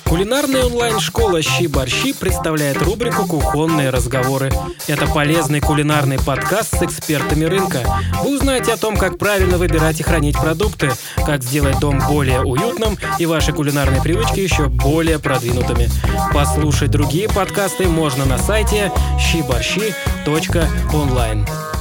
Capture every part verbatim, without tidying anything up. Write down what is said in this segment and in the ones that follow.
Кулинарная онлайн-школа «Щи-борщи» представляет рубрику «Кухонные разговоры». Это полезный кулинарный подкаст с экспертами рынка. Вы узнаете о том, как правильно выбирать и хранить продукты, как сделать дом более уютным и ваши кулинарные привычки еще более продвинутыми. Послушать другие подкасты можно на сайте щи борщи точка онлайн.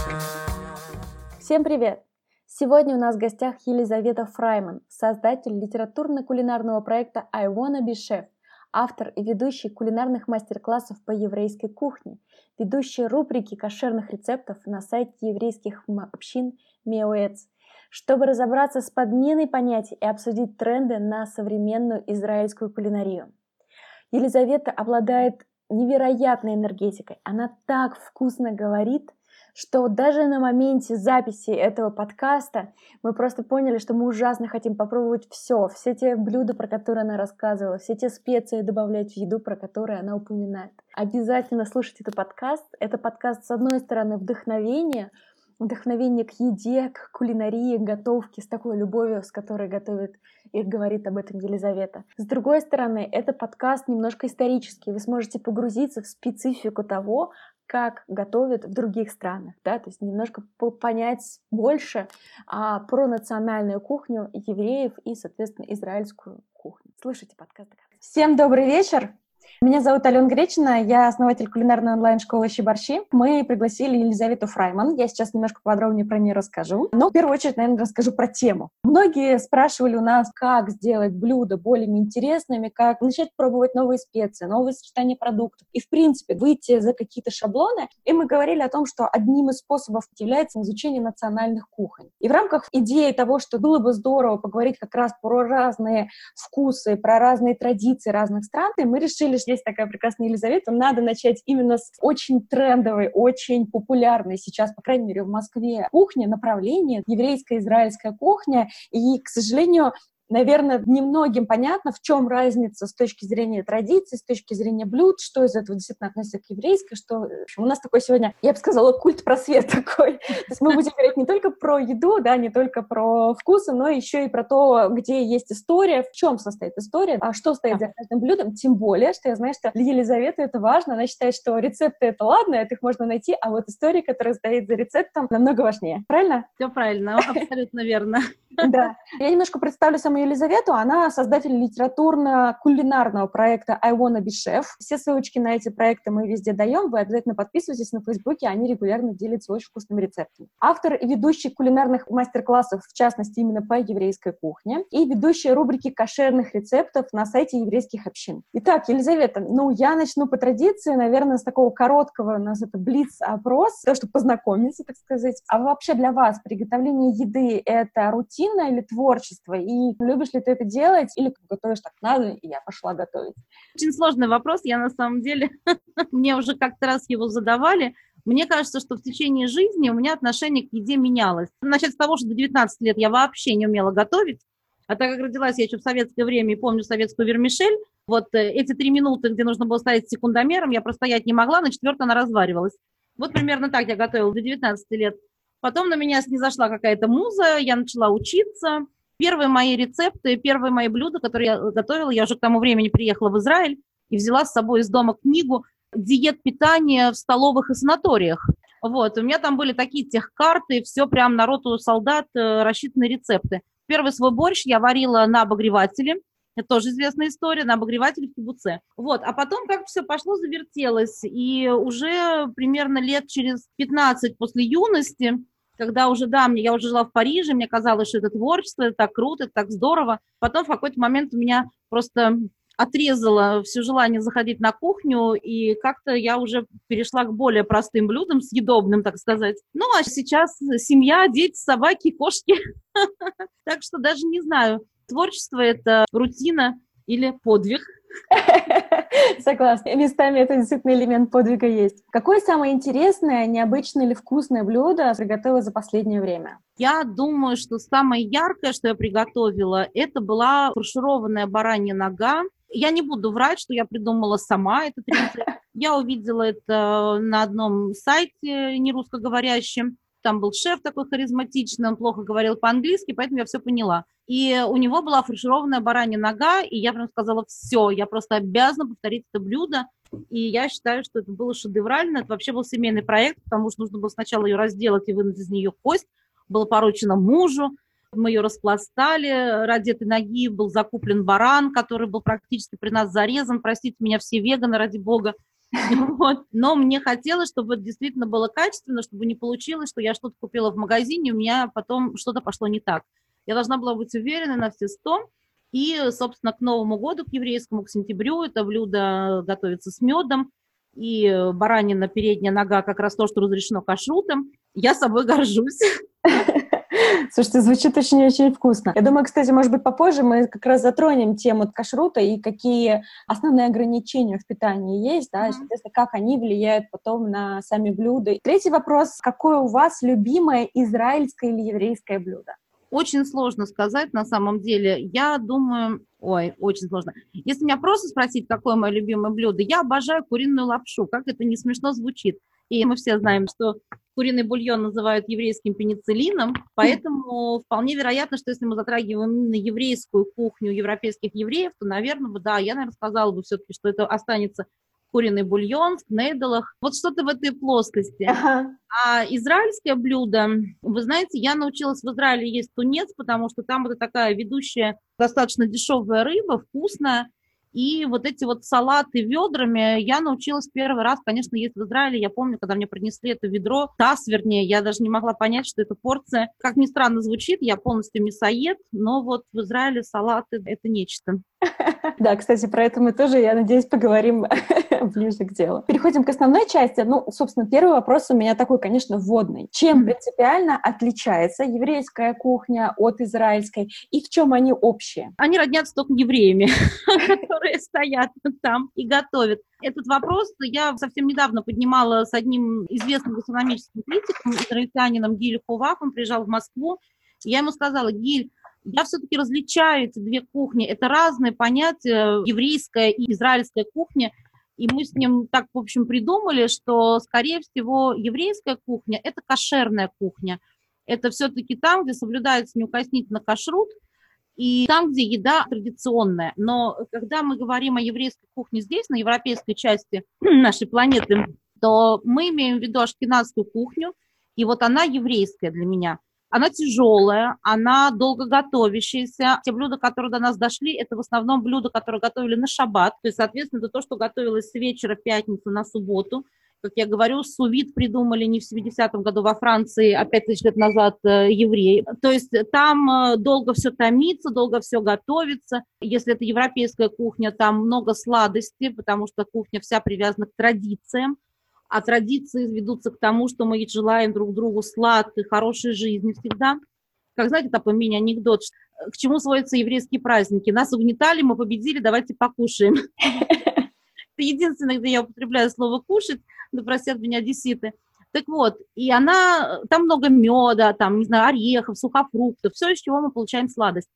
Всем привет! Сегодня у нас в гостях Елизавета Фрайман, создатель литературно-кулинарного проекта I Wanna Be Chef, автор и ведущий кулинарных мастер-классов по еврейской кухне, ведущая рубрики кошерных рецептов на сайте еврейских общин Меоэц. Чтобы разобраться с подменой понятий и обсудить тренды на современную израильскую кулинарию. Елизавета обладает невероятной энергетикой. Она так вкусно говорит, что даже на моменте записи этого подкаста мы просто поняли, что мы ужасно хотим попробовать все, все те блюда, про которые она рассказывала, все те специи добавлять в еду, про которые она упоминает. Обязательно слушайте этот подкаст. Это подкаст, с одной стороны, вдохновение, вдохновение к еде, к кулинарии, к готовке, с такой любовью, с которой готовит и говорит об этом Елизавета. С другой стороны, это подкаст немножко исторический. Вы сможете погрузиться в специфику того, как готовят в других странах, да, то есть немножко понять больше а, про национальную кухню евреев и, соответственно, израильскую кухню. Слышите подкаст? Всем добрый вечер! Меня зовут Алена Гречина, я основатель кулинарной онлайн-школы «Щи-борщи». Мы пригласили Елизавету Фрайман, я сейчас немножко подробнее про нее расскажу. Но в первую очередь, наверное, расскажу про тему. Многие спрашивали у нас, как сделать блюда более интересными, как начать пробовать новые специи, новые сочетания продуктов и, в принципе, выйти за какие-то шаблоны. И мы говорили о том, что одним из способов является изучение национальных кухонь. И в рамках идеи того, что было бы здорово поговорить как раз про разные вкусы, про разные традиции разных стран, мы решили, есть такая прекрасная Елизавета, надо начать именно с очень трендовой, очень популярной сейчас, по крайней мере, в Москве кухни, направления, еврейская, израильская кухня. И, к сожалению, наверное, немногим понятно, в чем разница с точки зрения традиций, с точки зрения блюд, что из этого действительно относится к еврейской, что... В общем, у нас такой сегодня, я бы сказала, культ-просвет такой. То есть мы будем говорить не только про еду, да, не только про вкусы, но еще и про то, где есть история, в чем состоит история, а что стоит за каждым блюдом. Тем более, что я знаю, что для Елизаветы это важно. Она считает, что рецепты — это ладно, это их можно найти, а вот история, которая стоит за рецептом, намного важнее. Правильно? Все правильно, абсолютно верно. Да. Я немножко представлю саму Елизавету. Она создатель литературно-кулинарного проекта I Wanna Be Chef. Все ссылочки на эти проекты мы везде даем. Вы обязательно подписывайтесь на Фейсбуке, они регулярно делятся очень вкусными рецептами. Автор и ведущий кулинарных мастер-классов, в частности, именно по еврейской кухне, и ведущая рубрики кошерных рецептов на сайте еврейских общин. Итак, Елизавета, ну, я начну по традиции, наверное, с такого короткого, у нас это блиц-опрос, то, чтобы познакомиться, так сказать. А вообще для вас приготовление еды — это рутина или творчество? И любишь ли ты это делать, или готовишь так надо, и я пошла готовить? Очень сложный вопрос, я на самом деле, мне уже как-то раз его задавали. Мне кажется, что в течение жизни у меня отношение к еде менялось. Начать с того, что до девятнадцати лет я вообще не умела готовить, а так как родилась я еще в советское время и помню советскую вермишель, вот эти три минуты, где нужно было стоять секундомером, я простоять не могла, на четвертой она разваривалась. Вот примерно так я готовила до девятнадцати лет. Потом на меня снизошла какая-то муза, я начала учиться. Первые мои рецепты, первые мои блюда, которые я готовила, я уже к тому времени приехала в Израиль и взяла с собой из дома книгу «Диет питания в столовых и санаториях». Вот, у меня там были такие техкарты, все прям на роту солдат рассчитанные рецепты. Первый свой борщ я варила на обогревателе. Это тоже известная история, на обогревателе в кибуце. Вот, а потом как-то все пошло, завертелось. И уже примерно лет через пятнадцать после юности, когда уже, да, мне, я уже жила в Париже, мне казалось, что это творчество, это так круто, это так здорово. Потом в какой-то момент у меня просто отрезало все желание заходить на кухню, и как-то я уже перешла к более простым блюдам, съедобным, так сказать. Ну, а сейчас семья, дети, собаки, кошки. Так что даже не знаю, творчество — это рутина или подвиг. Согласна. Местами это действительно элемент подвига есть. Какое самое интересное, необычное или вкусное блюдо приготовила за последнее время? Я думаю, что самое яркое, что я приготовила, это была фаршированная баранья нога. Я не буду врать, что я придумала сама этот рецепт. Я увидела это на одном сайте нерусскоговорящем. там был шеф такой харизматичный, он плохо говорил по-английски, поэтому я все поняла. И у него была фаршированная баранья нога, и я прям сказала, все, я просто обязана повторить это блюдо. И я считаю, что это было шедеврально. Это вообще был семейный проект, потому что нужно было сначала ее разделать и вынуть из нее кость. Было поручено мужу. Мы ее распластали. Ради этой ноги был закуплен баран, который был практически при нас зарезан. Простите меня, все веганы, ради бога. Вот. Но мне хотелось, чтобы это действительно было качественно, чтобы не получилось, что я что-то купила в магазине, у меня потом что-то пошло не так. Я должна была быть уверена на все сто. И, собственно, к Новому году, к еврейскому, к сентябрю, это блюдо готовится с медом. И баранина, передняя нога, как раз то, что разрешено кашрутом. Я собой горжусь. Слушайте, звучит очень-очень вкусно. Я думаю, кстати, может быть, попозже мы как раз затронем тему кашрута и какие основные ограничения в питании есть, да, и, соответственно, как они влияют потом на сами блюда. Третий вопрос. Какое у вас любимое израильское или еврейское блюдо? Очень сложно сказать на самом деле. Я думаю... Ой, очень сложно. Если меня просто спросить, какое мое любимое блюдо, я обожаю куриную лапшу. Как это не смешно звучит. И мы все знаем, что куриный бульон называют еврейским пенициллином, поэтому вполне вероятно, что если мы затрагиваем именно еврейскую кухню европейских евреев, то, наверное, да, я, наверное, сказала бы все-таки, что это останется куриный бульон в кнейделах. Вот что-то в этой плоскости. Ага. А израильское блюдо, вы знаете, я научилась в Израиле есть тунец, потому что там это такая ведущая, достаточно дешевая рыба, вкусная. И вот эти вот салаты ведрами я научилась первый раз, конечно, есть в Израиле. Я помню, когда мне принесли это ведро, таз, вернее, я даже не могла понять, что это порция. Как ни странно звучит, я полностью мясоед, но вот в Израиле салаты – это нечто. Да, кстати, про это мы тоже, я надеюсь, поговорим ближе к делу. Переходим к основной части. Ну, собственно, первый вопрос у меня такой, конечно, вводный. Чем принципиально отличается еврейская кухня от израильской и в чем они общие? Они роднятся только евреями, которые стоят там и готовят. Этот вопрос я совсем недавно поднимала с одним известным гастрономическим критиком, израильтянином Гиль Хувах. Он приезжал в Москву. Я ему сказала: Гиль, я все-таки различаю эти две кухни. Это разные понятия, еврейская и израильская кухня. И мы с ним так, в общем, придумали, что, скорее всего, еврейская кухня – это кошерная кухня. Это все-таки там, где соблюдается неукоснительно кашрут, и там, где еда традиционная. Но когда мы говорим о еврейской кухне здесь, на европейской части нашей планеты, то мы имеем в виду ашкеназскую кухню, и вот она еврейская для меня. Она тяжелая, она долго готовящаяся. Те блюда, которые до нас дошли, это в основном блюда, которые готовили на шаббат. То есть, соответственно, это то, что готовилось с вечера пятницы на субботу. Как я говорю, сувид придумали не в семидесятом году во Франции, а пять тысяч лет назад евреи. То есть там долго все томится, долго все готовится. Если это европейская кухня, там много сладостей, потому что кухня вся привязана к традициям. А традиции ведутся к тому, что мы желаем друг другу сладкой, хорошей жизни всегда. Как, знаете, такой мини-анекдот, к чему сводятся еврейские праздники. Нас угнетали, мы победили, давайте покушаем. Это единственное, где я употребляю слово «кушать», да простят меня одесситы. Так вот, и она, там много меда, там, не знаю, орехов, сухофруктов, все, из чего мы получаем сладость.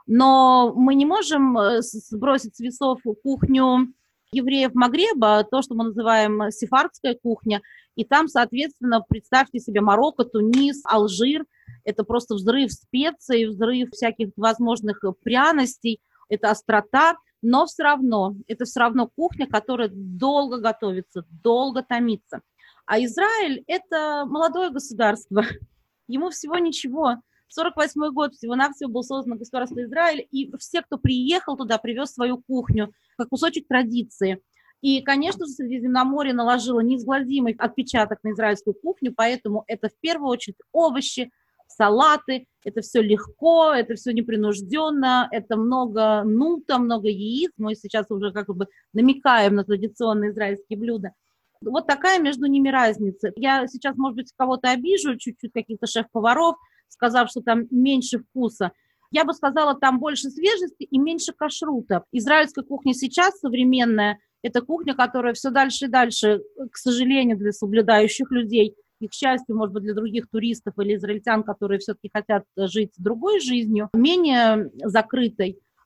Но мы не можем сбросить с весов кухню евреев Магреба, то, что мы называем сефардская кухня, и там, соответственно, представьте себе Марокко, Тунис, Алжир, это просто взрыв специй, взрыв всяких возможных пряностей, это острота, но все равно, это все равно кухня, которая долго готовится, долго томится. А Израиль – это молодое государство, ему всего ничего. сорок восьмой год всего-навсего был создан государство Израиль, и все, кто приехал туда, привез свою кухню, как кусочек традиции. И, конечно же, Средиземноморье наложило неизгладимый отпечаток на израильскую кухню, поэтому это в первую очередь овощи, салаты, это все легко, это все непринужденно, это много нута, много яиц, мы сейчас уже как бы намекаем на традиционные израильские блюда. Вот такая между ними разница. Я сейчас, может быть, кого-то обижу, чуть-чуть каких-то шеф-поваров, сказав, что там меньше вкуса. Я бы сказала, там больше свежести и меньше кашрута. Израильская кухня сейчас современная, это кухня, которая все дальше и дальше, к сожалению, для соблюдающих людей, и, к счастью, может быть, для других туристов или израильтян, которые все-таки хотят жить другой жизнью, менее закрытой.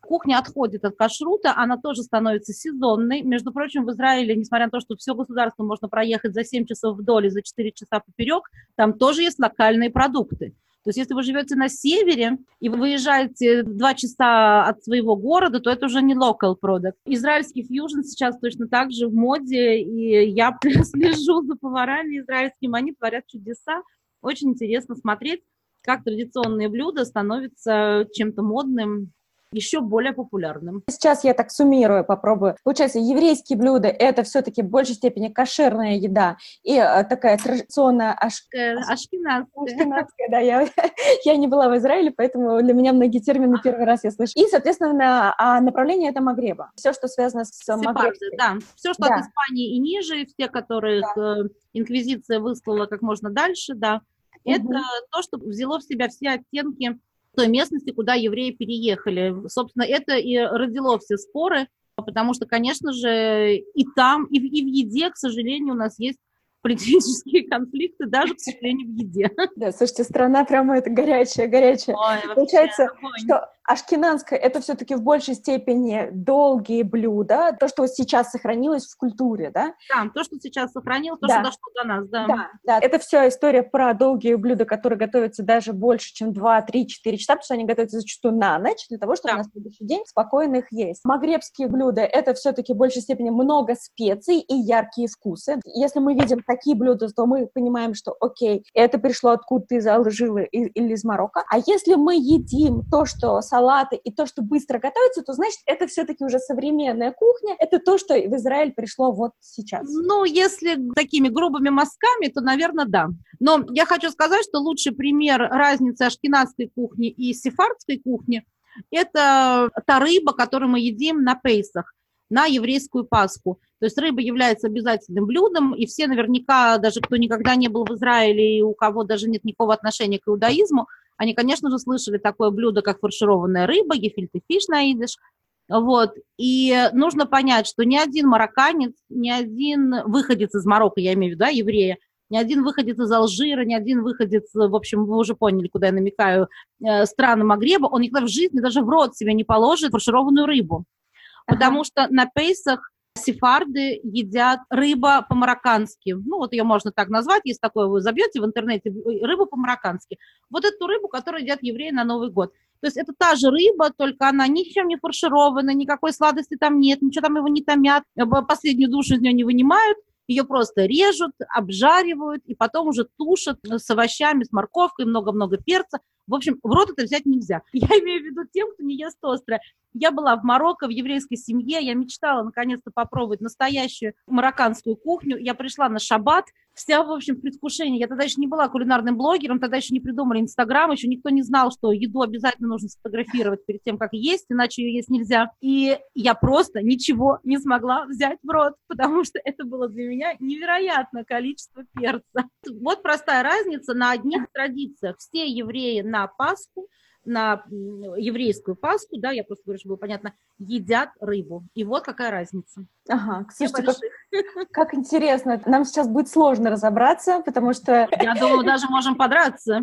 Кухня отходит от кашрута, она тоже становится сезонной. Между прочим, в Израиле, несмотря на то, что все государство можно проехать за семь часов вдоль и за четыре часа поперек, там тоже есть локальные продукты. То есть если вы живете на севере и вы выезжаете два часа от своего города, то это уже не local product. Израильский фьюжн сейчас точно так же в моде, и я слежу за поварами израильскими, они творят чудеса. Очень интересно смотреть, как традиционные блюда становятся чем-то модным, еще более популярным. Сейчас я так суммирую, попробую. Получается, еврейские блюда – это все-таки в большей степени кошерная еда и а, такая традиционная аш... ашкеназская. Ашкеназская, да. Я, я не была в Израиле, поэтому для меня многие термины первый раз я слышу. И, соответственно, а направление – это Магреба. Все, что связано с Магребской. Да, все, что да. от Испании и ниже, все, которых да. инквизиция выслала как можно дальше, да. Угу. Это то, что взяло в себя все оттенки той местности, куда евреи переехали. Собственно, это и родило все споры, потому что, конечно же, и там, и в, и в еде, к сожалению, у нас есть политические конфликты, даже, к сожалению, в еде. Да, слушайте, страна прямо это горячая, горячая. Ой, Получается, вообще, что ашкеназская – это все-таки в большей степени долгие блюда, то, что вот сейчас сохранилось в культуре, да? Да, то, что сейчас сохранилось, то, да. что дошло до нас, да. Да, да. Это все история про долгие блюда, которые готовятся даже больше, чем два, три, четыре часа, потому что они готовятся зачастую на ночь, для того, чтобы да. на следующий день спокойно их есть. Магребские блюда – это все-таки в большей степени много специй и яркие вкусы. Если мы видим такие блюда, то мы понимаем, что окей, это пришло откуда-то из Алжира или из Марокко. А если мы едим то, что салаты и то, что быстро готовится, то, значит, это все-таки уже современная кухня, это то, что в Израиль пришло вот сейчас. Ну, если такими грубыми мазками, то, наверное, да. Но я хочу сказать, что лучший пример разницы ашкеназской кухни и сефардской кухни – это та рыба, которую мы едим на Пейсах, на еврейскую Пасху. То есть рыба является обязательным блюдом, и все наверняка, даже кто никогда не был в Израиле и у кого даже нет никакого отношения к иудаизму, они, конечно же, слышали такое блюдо, как фаршированная рыба, гефильте фиш на идиш. Вот. И нужно понять, что ни один марокканец, ни один выходец из Марокко, я имею в виду, да, еврея, ни один выходец из Алжира, ни один выходец, в общем, вы уже поняли, куда я намекаю, э, страны Магреба, он никогда в жизни даже в рот себе не положит фаршированную рыбу. Потому что на Пейсах сефарды едят рыба по-мароккански. Ну, вот ее можно так назвать, если такое вы забьете в интернете, рыба по-мароккански. Вот эту рыбу, которую едят евреи на Новый год. То есть это та же рыба, только она ничем не фарширована, никакой сладости там нет, ничего там его не томят, последнюю душу из нее не вынимают, ее просто режут, обжаривают и потом уже тушат с овощами, с морковкой, много-много перца. В общем, в рот это взять нельзя. Я имею в виду тем, кто не ест острое. Я была в Марокко, в еврейской семье, я мечтала наконец-то попробовать настоящую марокканскую кухню. Я пришла на шаббат, вся, в общем, в предвкушении. Я тогда еще не была кулинарным блогером, тогда еще не придумали Инстаграм, еще никто не знал, что еду обязательно нужно сфотографировать перед тем, как есть, иначе ее есть нельзя. И я просто ничего не смогла взять в рот, потому что это было для меня невероятное количество перца. Вот простая разница на одних традициях. Все евреи на Пасху, на еврейскую Пасху, да, я просто говорю, чтобы было понятно, едят рыбу. И вот какая разница. Ага, слушайте, как, как интересно. Нам сейчас будет сложно разобраться, потому что... Я думаю, даже можем подраться.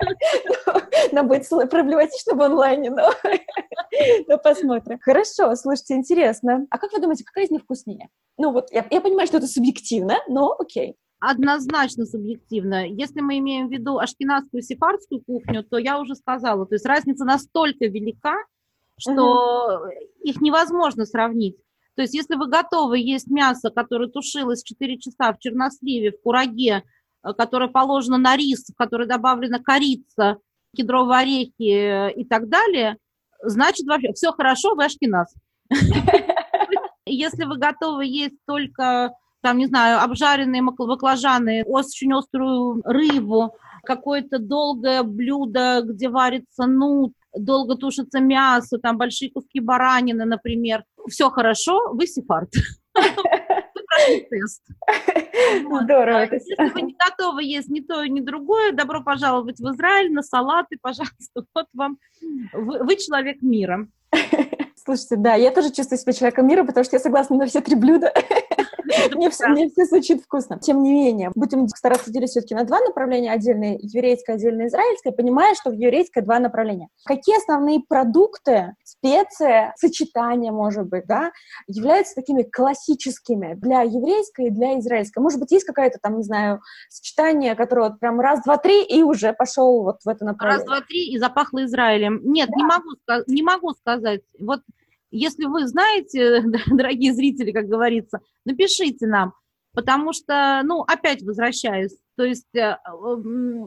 Нам будет проблематично в онлайне, но посмотрим. Хорошо, слушайте, интересно. А как вы думаете, какая из них вкуснее? Ну вот, я понимаю, что это субъективно, но окей. Однозначно субъективно. Если мы имеем в виду ашкеназскую и сефардскую кухню, то я уже сказала, то есть разница настолько велика, что uh-huh. их невозможно сравнить. То есть если вы готовы есть мясо, которое тушилось четыре часа в черносливе, в кураге, которое положено на рис, в которое добавлена корица, кедровые орехи и так далее, значит вообще все хорошо, вы ашкеназ. Если вы готовы есть только... там, не знаю, обжаренные баклажаны, очень острую рыбу, какое-то долгое блюдо, где варится нут, долго тушится мясо, там большие куски баранины, например. Все хорошо, вы сефард. Вы прошли тест. Здорово. Если вы не готовы есть ни то, ни другое, добро пожаловать в Израиль на салаты, пожалуйста. Вот вам, вы человек мира. Слушайте, да, я тоже чувствую себя человеком мира, потому что я согласна на все три блюда. Не все, не все звучит вкусно. Тем не менее, будем стараться делить все-таки на два направления, отдельное еврейское, отдельное израильское, понимая, что в еврейское два направления. Какие основные продукты, специи, сочетания, может быть, да, являются такими классическими для еврейской и для израильской? Может быть, есть какая-то там, не знаю, сочетание, которое вот прям раз, два, три, и уже пошел вот в это направление? Раз, два, три, и запахло Израилем. Нет, да. не могу, не могу сказать. Вот если вы знаете, дорогие зрители, как говорится, напишите нам, потому что, ну, опять возвращаюсь, то есть э, э,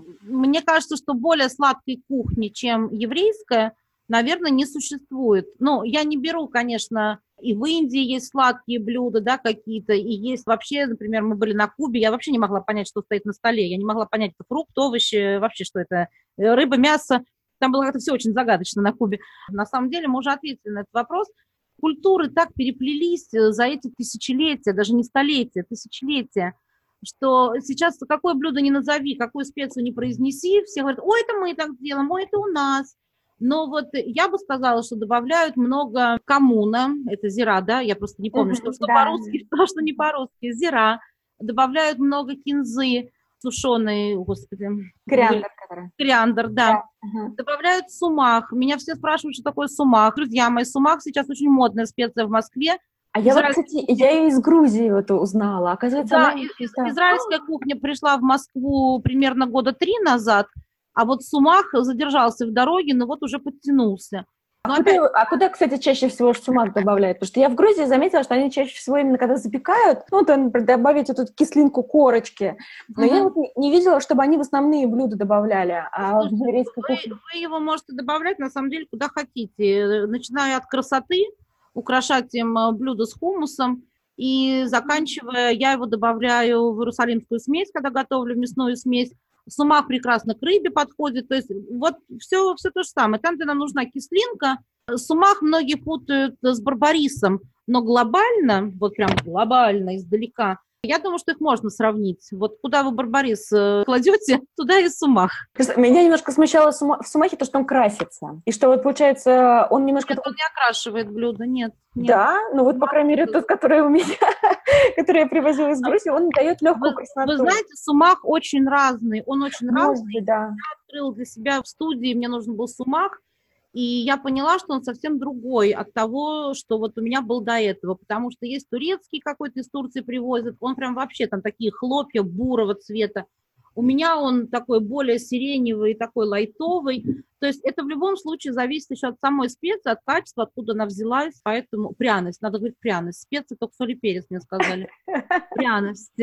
мне кажется, что более сладкой кухни, чем еврейская, наверное, не существует. Ну, я не беру, конечно, и в Индии есть сладкие блюда, да, какие-то, и есть вообще, например, мы были на Кубе, я вообще не могла понять, что стоит на столе, я не могла понять, это фрукт, овощи, вообще, что это, рыба, мясо. Там было как-то все очень загадочно на Кубе. На самом деле мы уже ответили на этот вопрос. Культуры так переплелись за эти тысячелетия, даже не столетия, тысячелетия, что сейчас какое блюдо не назови, какую специю не произнеси, все говорят, ой, это мы так делаем, ой, это у нас. Но вот я бы сказала, что добавляют много коммуна, это зира, да, я просто не помню, что, что да. по-русски, что, что не по-русски, зира. Добавляют много кинзы, сушеный, господи. Кориандр, который. Кориандр, да. да. Угу. Добавляют сумах. Меня все спрашивают, что такое сумах. Друзья мои, сумах сейчас очень модная специя в Москве. А я Израиль... вот, кстати, я ее из Грузии вот узнала. Оказывается, да, она... из- израильская кухня пришла в Москву примерно года три назад, а вот сумах задержался в дороге, но вот уже подтянулся. А куда, опять... а куда, кстати, чаще всего сумак добавляют? Потому что я в Грузии заметила, что они чаще всего именно когда запекают, ну, то, например, добавить эту кислинку корочки. Но mm-hmm. я вот не, не видела, чтобы они в основные блюда добавляли. А Слушайте, в еврейской вы, кухне... вы его можете добавлять, на самом деле, куда хотите. Начиная от красоты, украшать им блюдо с хумусом, и заканчивая, я его добавляю в иерусалимскую смесь, когда готовлю мясную смесь. Сумах прекрасно к рыбе подходит, то есть вот все, все то же самое. Там, где нам нужна кислинка, сумах многие путают с барбарисом, но глобально, вот прям глобально, издалека, я думаю, что их можно сравнить. Вот куда вы барбарис кладете, туда и сумах. Меня немножко смущало в сумахе то, что он красится. И что вот получается, он немножко... Нет, он не окрашивает блюдо, нет. нет. Да? Ну вот, по крайней мере, тот, который у меня, который я привозила из Грузии, он дает легкую красноту. Вы знаете, сумах очень разный. Он очень разный. Да. Я открыла для себя в студии, мне нужен был сумах. И я поняла, что он совсем другой от того, что вот у меня был до этого, потому что есть турецкий какой-то из Турции привозят, он прям вообще там такие хлопья бурого цвета. У меня он такой более сиреневый, такой лайтовый. То есть это в любом случае зависит еще от самой специи, от качества, откуда она взялась. Поэтому пряность, надо говорить пряность. Специи только соль и перец мне сказали. Пряности.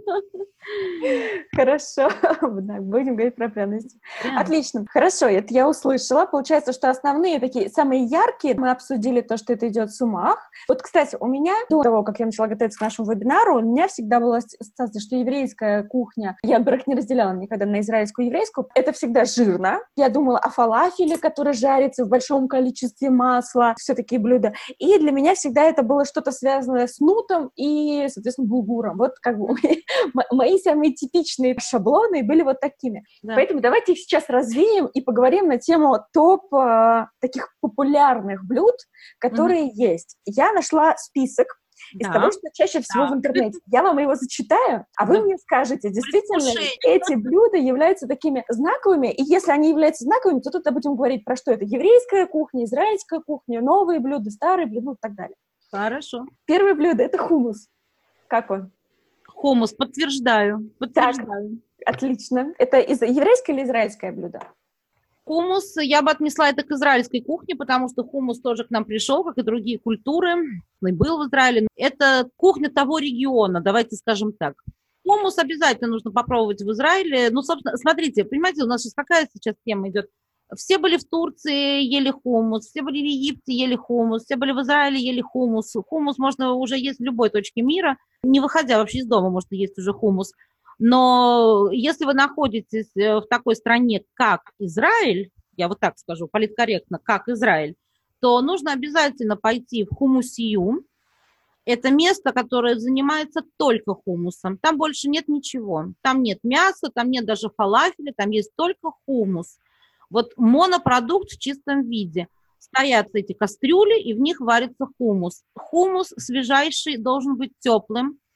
Хорошо, будем говорить про пряности. Отлично, хорошо, это я услышала. Получается, что основные такие, самые яркие, мы обсудили то, что это идет сумах. Вот, кстати, у меня до того, как я начала готовиться к нашему вебинару, у меня всегда была ассоциация, что еврейская кухня, я, во-первых, не разделяла никогда на израильскую и еврейскую, это всегда жирно. Я думала о фалафеле, который жарится в большом количестве масла, все такие блюда. И для меня всегда это было что-то связанное с нутом и, соответственно, булгуром. Вот как бы мои самые типичные шаблоны были вот такими. Да. Поэтому давайте их сейчас развеем и поговорим на тему топ э, таких популярных блюд, которые mm-hmm. есть. Я нашла список из да. того, что чаще всего да. в интернете. Я вам его зачитаю, а вы да. мне скажете, действительно ли эти блюда являются такими знаковыми, и если они являются знаковыми, то тут будем говорить про что это. Еврейская кухня, израильская кухня, новые блюда, старые блюда, ну и так далее. Хорошо. Первое блюдо — это хумус. Как он? Хумус, подтверждаю. подтверждаю. Так, отлично. Это из- еврейское или израильское блюдо? Хумус, я бы отнесла это к израильской кухне, потому что хумус тоже к нам пришел, как и другие культуры, и был в Израиле. Это кухня того региона, давайте скажем так. Хумус обязательно нужно попробовать в Израиле. Ну, собственно, смотрите, понимаете, у нас сейчас какая сейчас тема идет? Все были в Турции, ели хумус, все были в Египте, ели хумус, все были в Израиле, ели хумус. Хумус можно уже есть в любой точке мира, не выходя вообще из дома, можно есть уже хумус. Но если вы находитесь в такой стране, как Израиль, я вот так скажу, политкорректно, как Израиль, то нужно обязательно пойти в хумусию. Это место, которое занимается только хумусом. Там больше нет ничего. Там нет мяса, там нет даже фалафеля, там есть только хумус. Вот монопродукт в чистом виде. Стоят эти кастрюли, и в них варится хумус. Хумус свежайший должен быть теплым.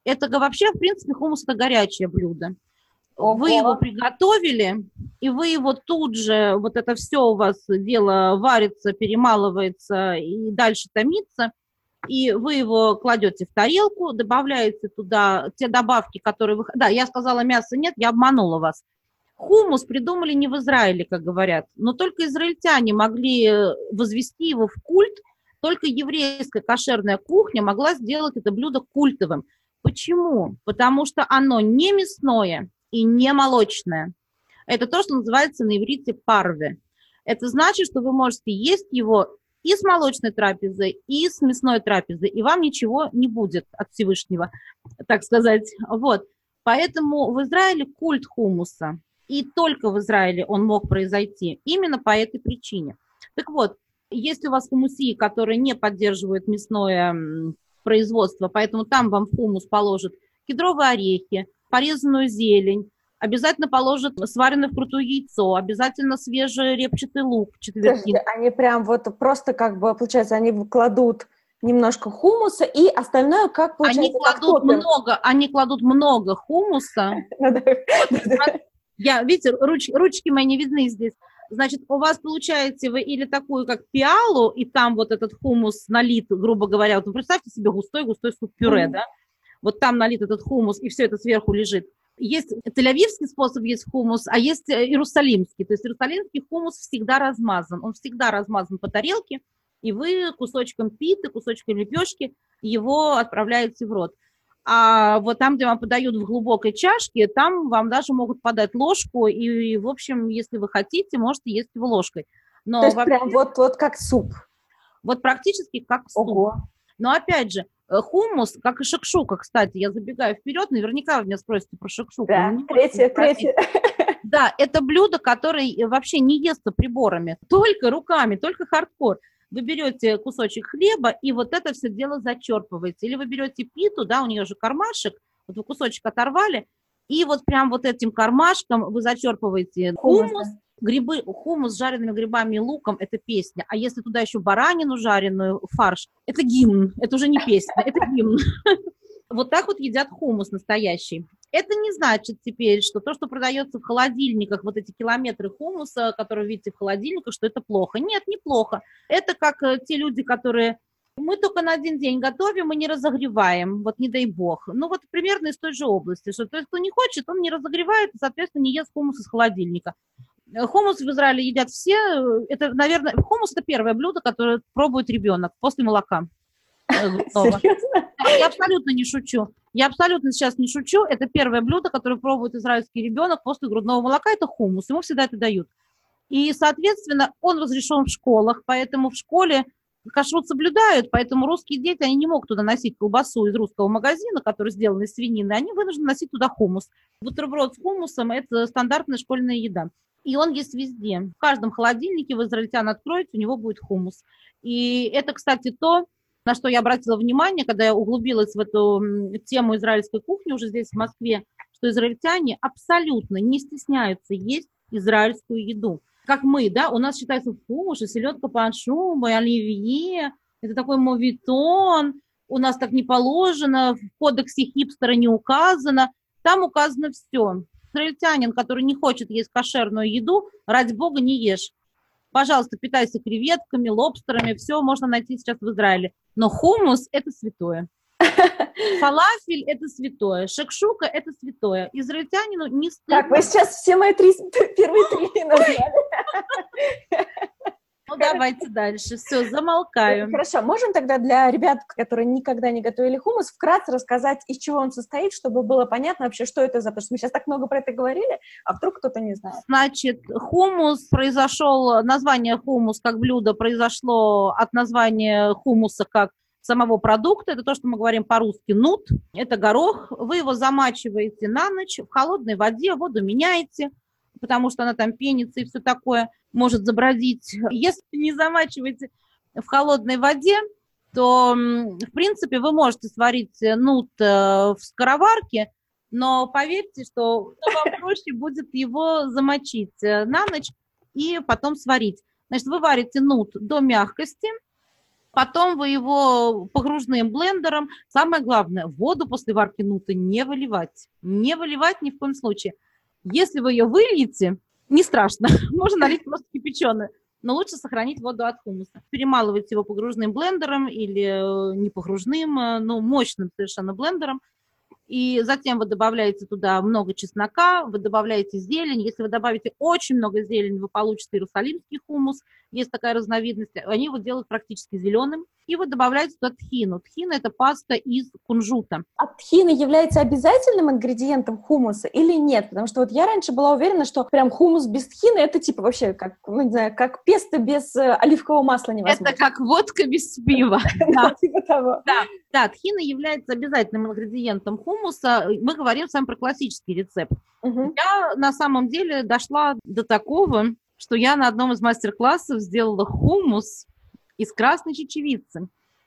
Это вообще, в принципе, хумус – это горячее блюдо. Ого. Вы его приготовили, и вы его тут же, вот это все у вас дело варится, перемалывается и дальше томится, и вы его кладете в тарелку, добавляете туда те добавки, которые вы... Да, я сказала, мяса нет, я обманула вас. Хумус придумали не в Израиле, как говорят, но только израильтяне могли возвести его в культ, только еврейская кошерная кухня могла сделать это блюдо культовым. Почему? Потому что оно не мясное и не молочное. Это то, что называется на иврите парве. Это значит, что вы можете есть его и с молочной трапезой, и с мясной трапезой, и вам ничего не будет от Всевышнего, так сказать. Вот. Поэтому в Израиле культ хумуса, и только в Израиле он мог произойти, именно по этой причине. Так вот, если у вас хумусии, которые не поддерживают мясное производство, поэтому там вам в хумус положат кедровые орехи, порезанную зелень, обязательно положат сваренное вкрутую яйцо, обязательно свежий репчатый лук, четверти. Они прям вот просто как бы, получается, они кладут немножко хумуса, и остальное как получается? Они кладут много, они кладут много хумуса. Я, видите, руч, ручки мои не видны здесь. Значит, у вас получаете вы или такую, как пиалу, и там вот этот хумус налит, грубо говоря, вот вы представьте себе густой-густой суп-пюре, mm-hmm. да? Вот там налит этот хумус, и все это сверху лежит. Есть тель-авивский способ есть хумус, а есть иерусалимский. То есть иерусалимский хумус всегда размазан, он всегда размазан по тарелке, и вы кусочком питы, кусочком лепешки его отправляете в рот. А вот там, где вам подают в глубокой чашке, там вам даже могут подать ложку, и, в общем, если вы хотите, можете есть его ложкой. Но То есть вообще, прям вот, вот как суп? Вот практически как суп. Ого. Но опять же, хумус, как и шакшука, кстати, я забегаю вперед, наверняка вы меня спросите про шакшуку. Да, третье, третье. Да, это блюдо, которое вообще не естся приборами, только руками, только хардкор. Вы берете кусочек хлеба и вот это все дело зачерпываете. Или вы берете питу, да, у нее же кармашек, вот вы кусочек оторвали, и вот прям вот этим кармашком вы зачерпываете хумус, хумус грибы, хумус с жареными грибами и луком – это песня. А если туда еще баранину жареную, фарш, это гимн, это уже не песня, это гимн. Вот так вот едят хумус настоящий. Это не значит теперь, что то, что продается в холодильниках, вот эти километры хумуса, которые видите в холодильниках, что это плохо. Нет, неплохо. Это как те люди, которые... Мы только на один день готовим и не разогреваем, вот не дай бог. Ну вот примерно из той же области, что то есть, кто не хочет, он не разогревает и, соответственно, не ест хумус из холодильника. Хумус в Израиле едят все. Это, наверное, хумус – это первое блюдо, которое пробует ребенок после молока. Я абсолютно не шучу. Я абсолютно сейчас не шучу. Это первое блюдо, которое пробует израильский ребенок после грудного молока. Это хумус. Ему всегда это дают. И, соответственно, он разрешен в школах, поэтому в школе кашрут соблюдают, поэтому русские дети, они не могут туда носить колбасу из русского магазина, который сделан из свинины, они вынуждены носить туда хумус. Бутерброд с хумусом – это стандартная школьная еда. И он есть везде. В каждом холодильнике вы, израильтян, откроете, у него будет хумус. И это, кстати, то, на что я обратила внимание, когда я углубилась в эту тему израильской кухни уже здесь, в Москве, что израильтяне абсолютно не стесняются есть израильскую еду. Как мы, да, у нас считается хумус, селедка под шубой, оливье, это такой мовитон, у нас так не положено, в кодексе хипстера не указано, там указано все. Израильтянин, который не хочет есть кошерную еду, ради бога, не ешь. Пожалуйста, питайся креветками, лобстерами, все можно найти сейчас в Израиле. Но хумус – это святое. Фалафель – это святое. Шакшука – это святое. Израильтянину не стыдно. Так, вы сейчас все мои три, первые три назвали. Ну, давайте дальше. Все, замолкаю. Хорошо, можем тогда для ребят, которые никогда не готовили хумус, вкратце рассказать, из чего он состоит, чтобы было понятно вообще, что это за... Потому что мы сейчас так много про это говорили, а вдруг кто-то не знает. Значит, хумус произошел, название хумус как блюдо произошло от названия хумуса как самого продукта. Это то, что мы говорим по-русски нут. Это горох. Вы его замачиваете на ночь в холодной воде, воду меняете, потому что она там пенится и все такое, может забродить. Если не замачиваете в холодной воде, то, в принципе, вы можете сварить нут в скороварке, но поверьте, что вам проще будет его замочить на ночь и потом сварить. Значит, вы варите нут до мягкости, Потом вы его погружным блендером. Самое главное, воду после варки нута не выливать. Не выливать ни в коем случае. Если вы ее выльете, не страшно, можно налить просто кипяченую, но лучше сохранить воду от хумуса. Перемалывайте его погружным блендером или не погружным, но мощным совершенно блендером. И затем вы добавляете туда много чеснока, вы добавляете зелень. Если вы добавите очень много зелени, вы получите иерусалимский хумус. Есть такая разновидность. Они его делают практически зеленым. И вы добавляете туда тхину. Тхина – это паста из кунжута. А тхина является обязательным ингредиентом хумуса или нет? Потому что вот я раньше была уверена, что прям хумус без тхины – это типа вообще как, ну, не знаю, как песто без э, оливкового масла невозможно. Это как водка без пива. Типа того. Да, тхина является обязательным ингредиентом хумуса. Мы говорим с вами про классический рецепт. Я на самом деле дошла до такого, что я на одном из мастер-классов сделала хумус из красной чечевицы.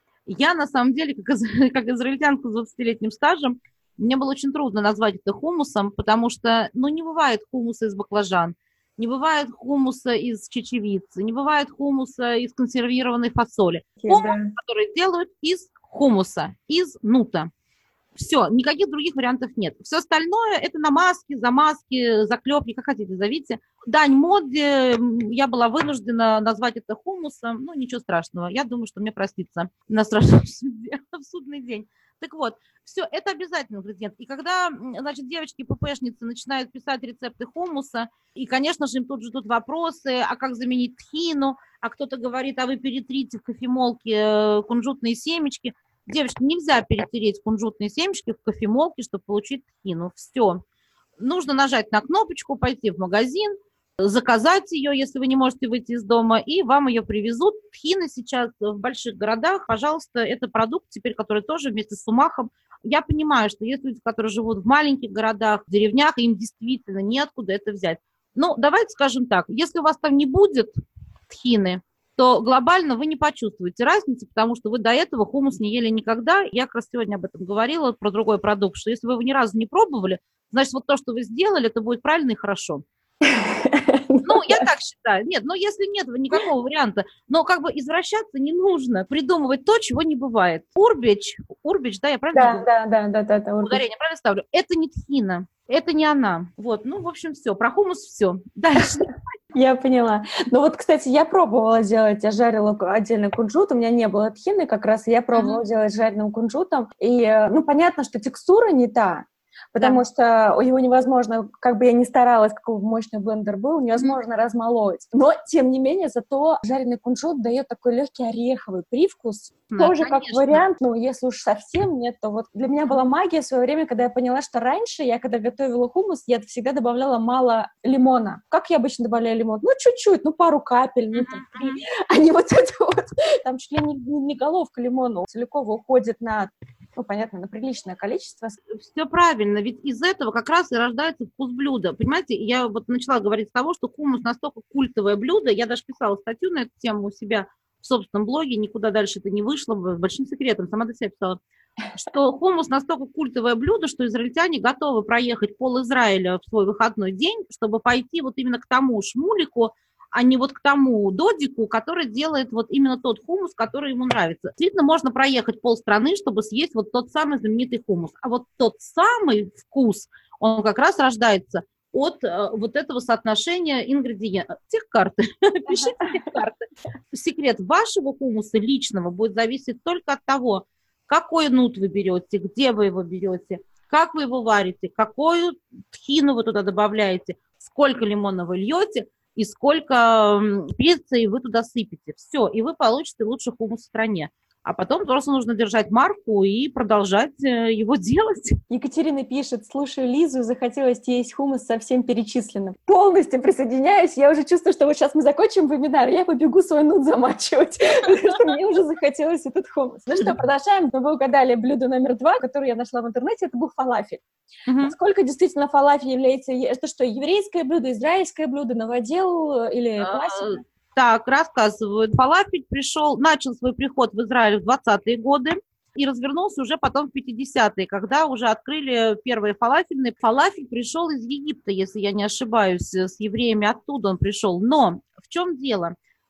Я, на самом деле, как, из, как израильтянка с двадцатилетним стажем, мне было очень трудно назвать это хумусом, потому что, ну, не бывает хумуса из баклажан, не бывает хумуса из чечевицы, не бывает хумуса из консервированной фасоли. Хумус, да. Который делают из хумуса, из нута. Все, никаких других вариантов нет. Все остальное – это намазки, замазки, заклепки, как хотите зовите. Дань моде, я была вынуждена назвать это хумусом, ну, ничего страшного. Я думаю, что мне простится на страшном суде, в судный день. Так вот, все, это обязательный ингредиент. И когда, значит, девочки-ппшницы начинают писать рецепты хумуса, и, конечно же, им тут ждут вопросы, а как заменить тхину, а кто-то говорит, а вы перетрите в кофемолке кунжутные семечки. Девочки, нельзя перетереть кунжутные семечки в кофемолке, чтобы получить тхину. Все. Нужно нажать на кнопочку, пойти в магазин, заказать ее, если вы не можете выйти из дома, и вам ее привезут. Тхина сейчас в больших городах, пожалуйста, это продукт теперь, который тоже вместе с сумахом. Я понимаю, что есть люди, которые живут в маленьких городах, в деревнях, и им действительно неоткуда это взять. Ну, давайте скажем так, если у вас там не будет тхины, то глобально вы не почувствуете разницы, потому что вы до этого хумус не ели никогда. Я как раз сегодня об этом говорила, про другой продукт, что если вы его ни разу не пробовали, значит, вот то, что вы сделали, это будет правильно и хорошо. Ну, я так считаю. Нет, ну, если нет никакого варианта, но как бы извращаться не нужно, придумывать то, чего не бывает. Урбич, урбич, да, я правильно говорю? Да, да, да, да, да. Ударение правильно ставлю? Это не тхина, это не она. Вот, ну, в общем, все. Про хумус все. Дальше. Я поняла. Ну вот, кстати, я пробовала делать, я жарила отдельно кунжут, у меня не было тхины как раз, и я пробовала mm-hmm. делать жареным кунжутом, и, ну, понятно, что текстура не та, потому да. что его невозможно, как бы я ни старалась, какой бы мощный блендер был, невозможно mm-hmm. размолоть. Но, тем не менее, зато жареный кунжут дает такой легкий ореховый привкус. Да, тоже конечно. Как вариант, но если уж совсем нет, то вот для меня была магия в свое время, когда я поняла, что раньше я, когда готовила хумус, я всегда добавляла мало лимона. Как я обычно добавляю лимон? Ну, чуть-чуть, ну, пару капель, ну, там, три. А не вот это вот, там чуть ли не, не головка лимона целиком уходит на... Ну, понятно, на приличное количество. Все правильно, ведь из этого как раз и рождается вкус блюда. Понимаете, я вот начала говорить с того, что хумус настолько культовое блюдо, я даже писала статью на эту тему у себя в собственном блоге, никуда дальше это не вышло, с большим секретом, сама до себя писала, что хумус настолько культовое блюдо, что израильтяне готовы проехать пол Израиля в свой выходной день, чтобы пойти вот именно к тому шмулику, а не вот к тому додику, который делает вот именно тот хумус, который ему нравится. Действительно, можно проехать полстраны, чтобы съесть вот тот самый знаменитый хумус. А вот тот самый вкус, он как раз рождается от э, вот этого соотношения ингредиентов. Техкарты. Пишите техкарты. Секрет вашего хумуса личного будет зависеть только от того, какой нут вы берете, где вы его берете, как вы его варите, какую тхину вы туда добавляете, сколько лимона вы льете, и сколько специй вы туда сыпете. Все, и вы получите лучший хумус в стране. А потом просто нужно держать марку и продолжать его делать. Екатерина пишет, слушаю Лизу, захотелось есть хумус со всем перечисленным. Полностью присоединяюсь, я уже чувствую, что вот сейчас мы закончим вебинар, я побегу свой нут замачивать, потому что мне уже захотелось этот хумус. Ну что, продолжаем. Вы угадали блюдо номер два, которое я нашла в интернете, это был фалафель. Насколько действительно фалафель является, это что, еврейское блюдо, израильское блюдо, новодел или классика? Так, рассказывают. Фалафель пришел, начал свой приход в Израиль в двадцатые годы и развернулся уже потом в пятидесятые, когда уже открыли первые фалафельные. Фалафель пришел из Египта, если я не ошибаюсь, с евреями оттуда он пришел. Но в чем дело?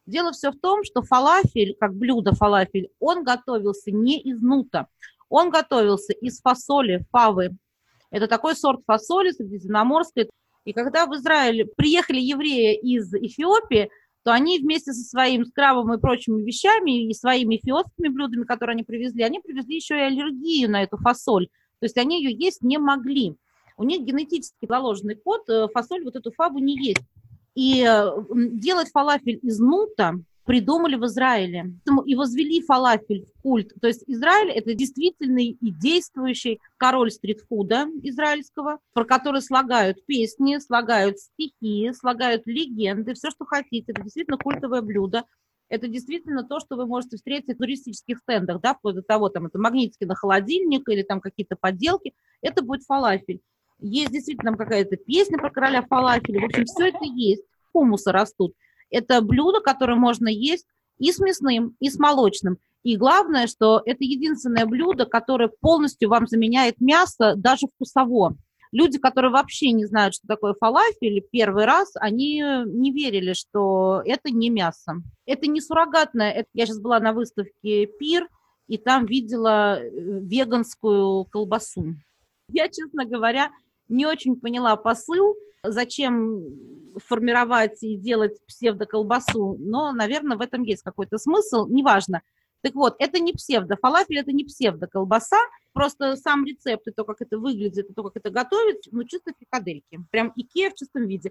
Дело все в том, что фалафель, как блюдо фалафель, он готовился не из нута, он готовился из фасоли, фавы. Это такой сорт фасоли средиземноморской. И когда в Израиль приехали евреи из Эфиопии, то они вместе со своим скрабом и прочими вещами, и своими эфиопскими блюдами, которые они привезли, они привезли еще и аллергию на эту фасоль. То есть они ее есть не могли. У них генетически заложенный код, фасоль вот эту фаву не есть. И делать фалафель из нута придумали в Израиле. И возвели фалафель в культ. То есть Израиль – это действительный и действующий король стритфуда израильского, про который слагают песни, слагают стихи, слагают легенды, все, что хотите. Это действительно культовое блюдо. Это действительно то, что вы можете встретить в туристических стендах, да, вплоть до того, там это магнитики на холодильник или там какие-то подделки. Это будет фалафель. Есть действительно какая-то песня про короля фалафеля. В общем, все это есть. Хумусы растут. Это блюдо, которое можно есть и с мясным, и с молочным. И главное, что это единственное блюдо, которое полностью вам заменяет мясо даже вкусово. Люди, которые вообще не знают, что такое фалафель, первый раз, они не верили, что это не мясо. Это не суррогатное. Я сейчас была на выставке «Пир», и там видела веганскую колбасу. Я, честно говоря, не очень поняла посыл, зачем формировать и делать псевдоколбасу, но, наверное, в этом есть какой-то смысл, неважно. Так вот, это не псевдо, фалафель – это не псевдоколбаса, просто сам рецепт, и то, как это выглядит, и то, как это готовить, ну, чисто фрикадельки. Прям Икеа в чистом виде.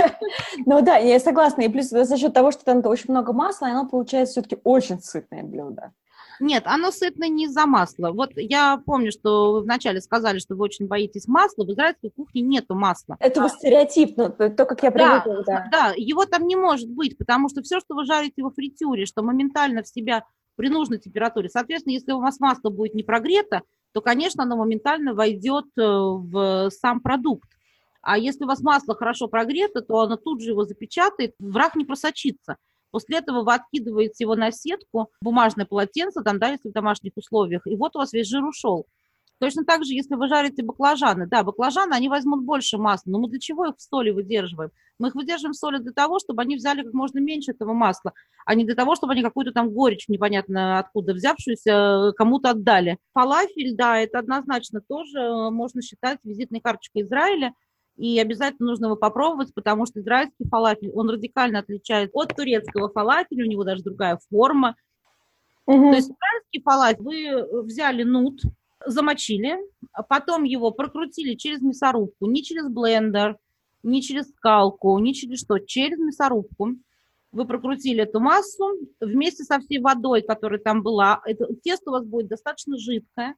Ну да, я согласна. И плюс за счет того, что там очень много масла, оно получается все-таки очень сытное блюдо. Нет, оно сытное не из-за масла. Вот я помню, что вы вначале сказали, что вы очень боитесь масла. В израильской кухне нету масла. Это а. стереотип, но то, как я привыкла. Да, да. да, его там не может быть, потому что все, что вы жарите во фритюре, что моментально в себя при нужной температуре. Соответственно, если у вас масло будет не прогрето, то, конечно, оно моментально войдет в сам продукт. А если у вас масло хорошо прогрето, то оно тут же его запечатает, враг не просочится. После этого вы откидываете его на сетку, бумажное полотенце, там, да, если в домашних условиях, и вот у вас весь жир ушел. Точно так же, если вы жарите баклажаны, да, баклажаны, они возьмут больше масла, но мы для чего их в соли выдерживаем? Мы их выдерживаем в соли для того, чтобы они взяли как можно меньше этого масла, а не для того, чтобы они какую-то там горечь непонятно откуда взявшуюся кому-то отдали. Фалафель, да, это однозначно тоже можно считать визитной карточкой Израиля. И обязательно нужно его попробовать, потому что израильский фалафель, он радикально отличается от турецкого фалафеля, у него даже другая форма. Mm-hmm. То есть израильский фалафель вы взяли нут, замочили, а потом его прокрутили через мясорубку, не через блендер, не через скалку, не через что, через мясорубку. Вы прокрутили эту массу вместе со всей водой, которая там была. Это, тесто у вас будет достаточно жидкое.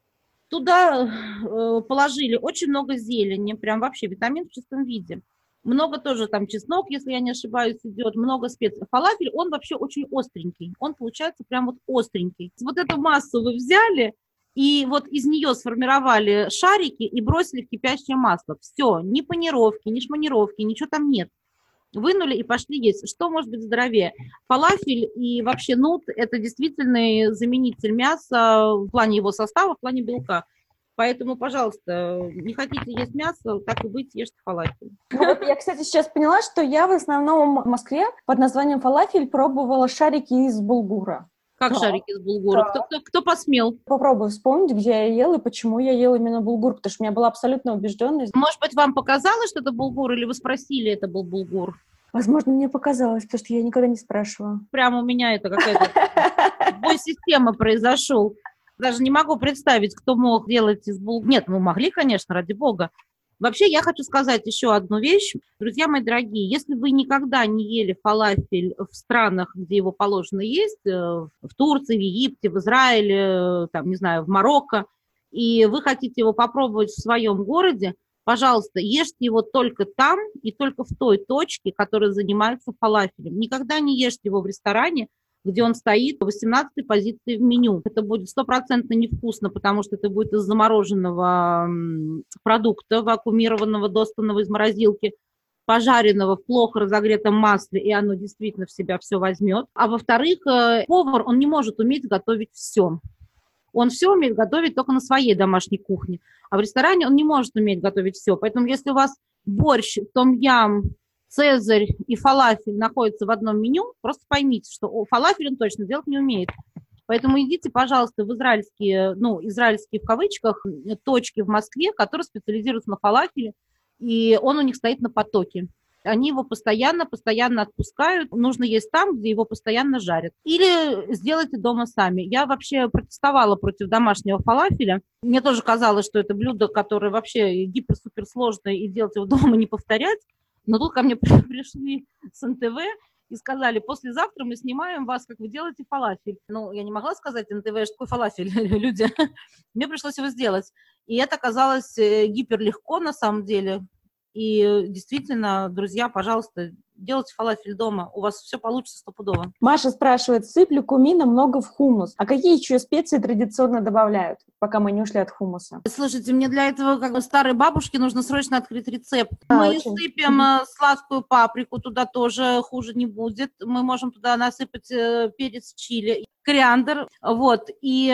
Туда э, положили очень много зелени, прям вообще витамин в чистом виде. Много тоже там чеснок, если я не ошибаюсь, идет, много специй. Фалафель, он вообще очень остренький, он получается прям вот остренький. Вот эту массу вы взяли и вот из нее сформировали шарики и бросили в кипящее масло. Все, ни панировки, ни шманировки, ничего там нет. Вынули и пошли есть. Что может быть здоровее? Фалафель и вообще нут – это действительно заменитель мяса в плане его состава, в плане белка. Поэтому, пожалуйста, не хотите есть мясо, так и быть, ешьте фалафель. Ну, вот я, кстати, сейчас поняла, что я в основном в Москве под названием фалафель пробовала шарики из булгура. Как да. Шарики из булгура? Да. Кто, кто, кто посмел? Попробую вспомнить, где я ела и почему я ела именно булгур, потому что у меня была абсолютно убежденность. Может быть, вам показалось, что это булгур, или вы спросили, это был булгур? Возможно, мне показалось, потому что я никогда не спрашивала. Прямо у меня это какая-то бой системы произошел. Даже не могу представить, кто мог делать из булгура. Нет, мы могли, конечно, ради бога. Вообще, я хочу сказать еще одну вещь. Друзья мои дорогие, если вы никогда не ели фалафель в странах, где его положено есть, в Турции, в Египте, в Израиле, там, не знаю, в Марокко, и вы хотите его попробовать в своем городе, пожалуйста, ешьте его только там и только в той точке, которая занимается фалафелем. Никогда не ешьте его в ресторане, где он стоит в восемнадцатой позиции в меню. Это будет стопроцентно невкусно, потому что это будет из замороженного продукта, вакуумированного, достанного из морозилки, пожаренного в плохо разогретом масле, и оно действительно в себя все возьмет. А во-вторых, повар, он не может уметь готовить все. Он все умеет готовить только на своей домашней кухне. А в ресторане он не может уметь готовить все. Поэтому если у вас борщ, том-ям, цезарь и фалафель находятся в одном меню, просто поймите, что фалафель он точно делать не умеет. Поэтому идите, пожалуйста, в израильские, ну, израильские в кавычках, точки в Москве, которые специализируются на фалафеле, и он у них стоит на потоке. Они его постоянно, постоянно отпускают. Нужно есть там, где его постоянно жарят. Или сделайте дома сами. Я вообще протестовала против домашнего фалафеля. Мне тоже казалось, что это блюдо, которое вообще гипер-супер сложное, и делать его дома не повторять. Но тут ко мне пришли с эн тэ вэ и сказали: послезавтра мы снимаем вас, как вы делаете фалафель. Ну, я не могла сказать эн тэ вэ, что такое фалафель, люди. Мне пришлось его сделать. И это оказалось гиперлегко на самом деле. И действительно, друзья, пожалуйста, делайте фалафель дома, у вас все получится стопудово. Маша спрашивает: сыплю кумина много в хумус. А какие еще специи традиционно добавляют, пока мы не ушли от хумуса? Слушайте, мне для этого, как бы старой бабушке, нужно срочно открыть рецепт. А, мы очень. сыпем mm-hmm. сладкую паприку, туда тоже хуже не будет. Мы можем туда насыпать э, перец чили, кориандр, вот, и...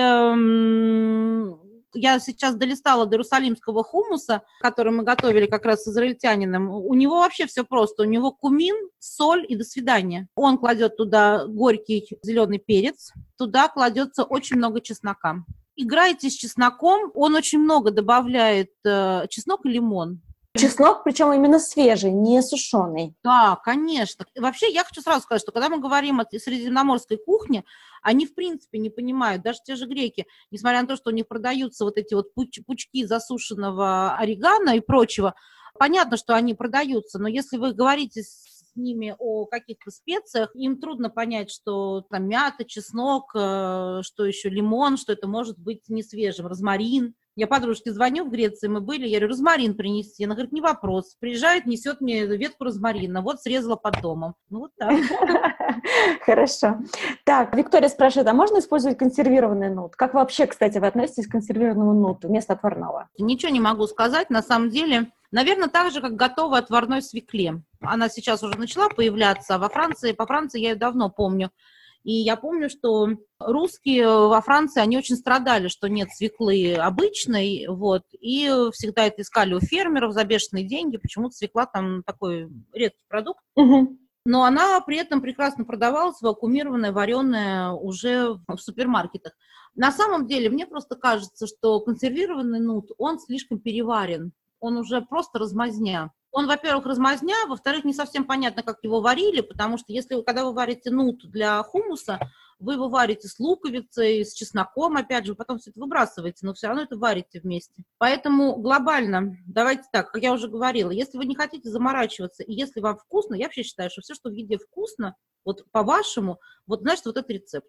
Э, Я сейчас долистала до иерусалимского хумуса, который мы готовили как раз с израильтянином. У него вообще все просто. У него кумин, соль и до свидания. Он кладет туда горький зеленый перец, туда кладется очень много чеснока. Играйте с чесноком, он очень много добавляет э, чеснок и лимон. Чеснок, причем именно свежий, не сушеный. Да, конечно. Вообще, я хочу сразу сказать, что когда мы говорим о средиземноморской кухне, они, в принципе, не понимают, даже те же греки, несмотря на то, что у них продаются вот эти вот пуч- пучки засушенного орегано и прочего, понятно, что они продаются, но если вы говорите с ними о каких-то специях, им трудно понять, что там мята, чеснок, э, что еще лимон, что это может быть не свежим, розмарин. Я подружке звоню в Греции, мы были, я говорю: розмарин принести. Она говорит: не вопрос. Приезжает, несет мне ветку розмарина. Вот срезала под домом. Ну вот так. Хорошо. Так, Виктория спрашивает: а можно использовать консервированный нут? Как вообще, кстати, вы относитесь к консервированному нуту вместо отварного? Ничего не могу сказать. На самом деле, наверное, так же, как готовой отварной свекле. Она сейчас уже начала появляться. Во Франции, по Франции я ее давно помню. И я помню, что русские во Франции, они очень страдали, что нет свеклы обычной, вот, и всегда это искали у фермеров за бешеные деньги. Почему-то свекла там такой редкий продукт. Угу. Но она при этом прекрасно продавалась, вакуумированная, вареная уже в супермаркетах. На самом деле, мне просто кажется, что консервированный нут, он слишком переварен, он уже просто размазня. Он, во-первых, размазня, во-вторых, не совсем понятно, как его варили, потому что если вы, когда вы варите нут для хумуса, вы его варите с луковицей, с чесноком, опять же, потом все это выбрасываете, но все равно это варите вместе. Поэтому глобально, давайте так, как я уже говорила, если вы не хотите заморачиваться, и если вам вкусно, я вообще считаю, что все, что в еде вкусно, вот по-вашему, вот, значит, вот это рецепт.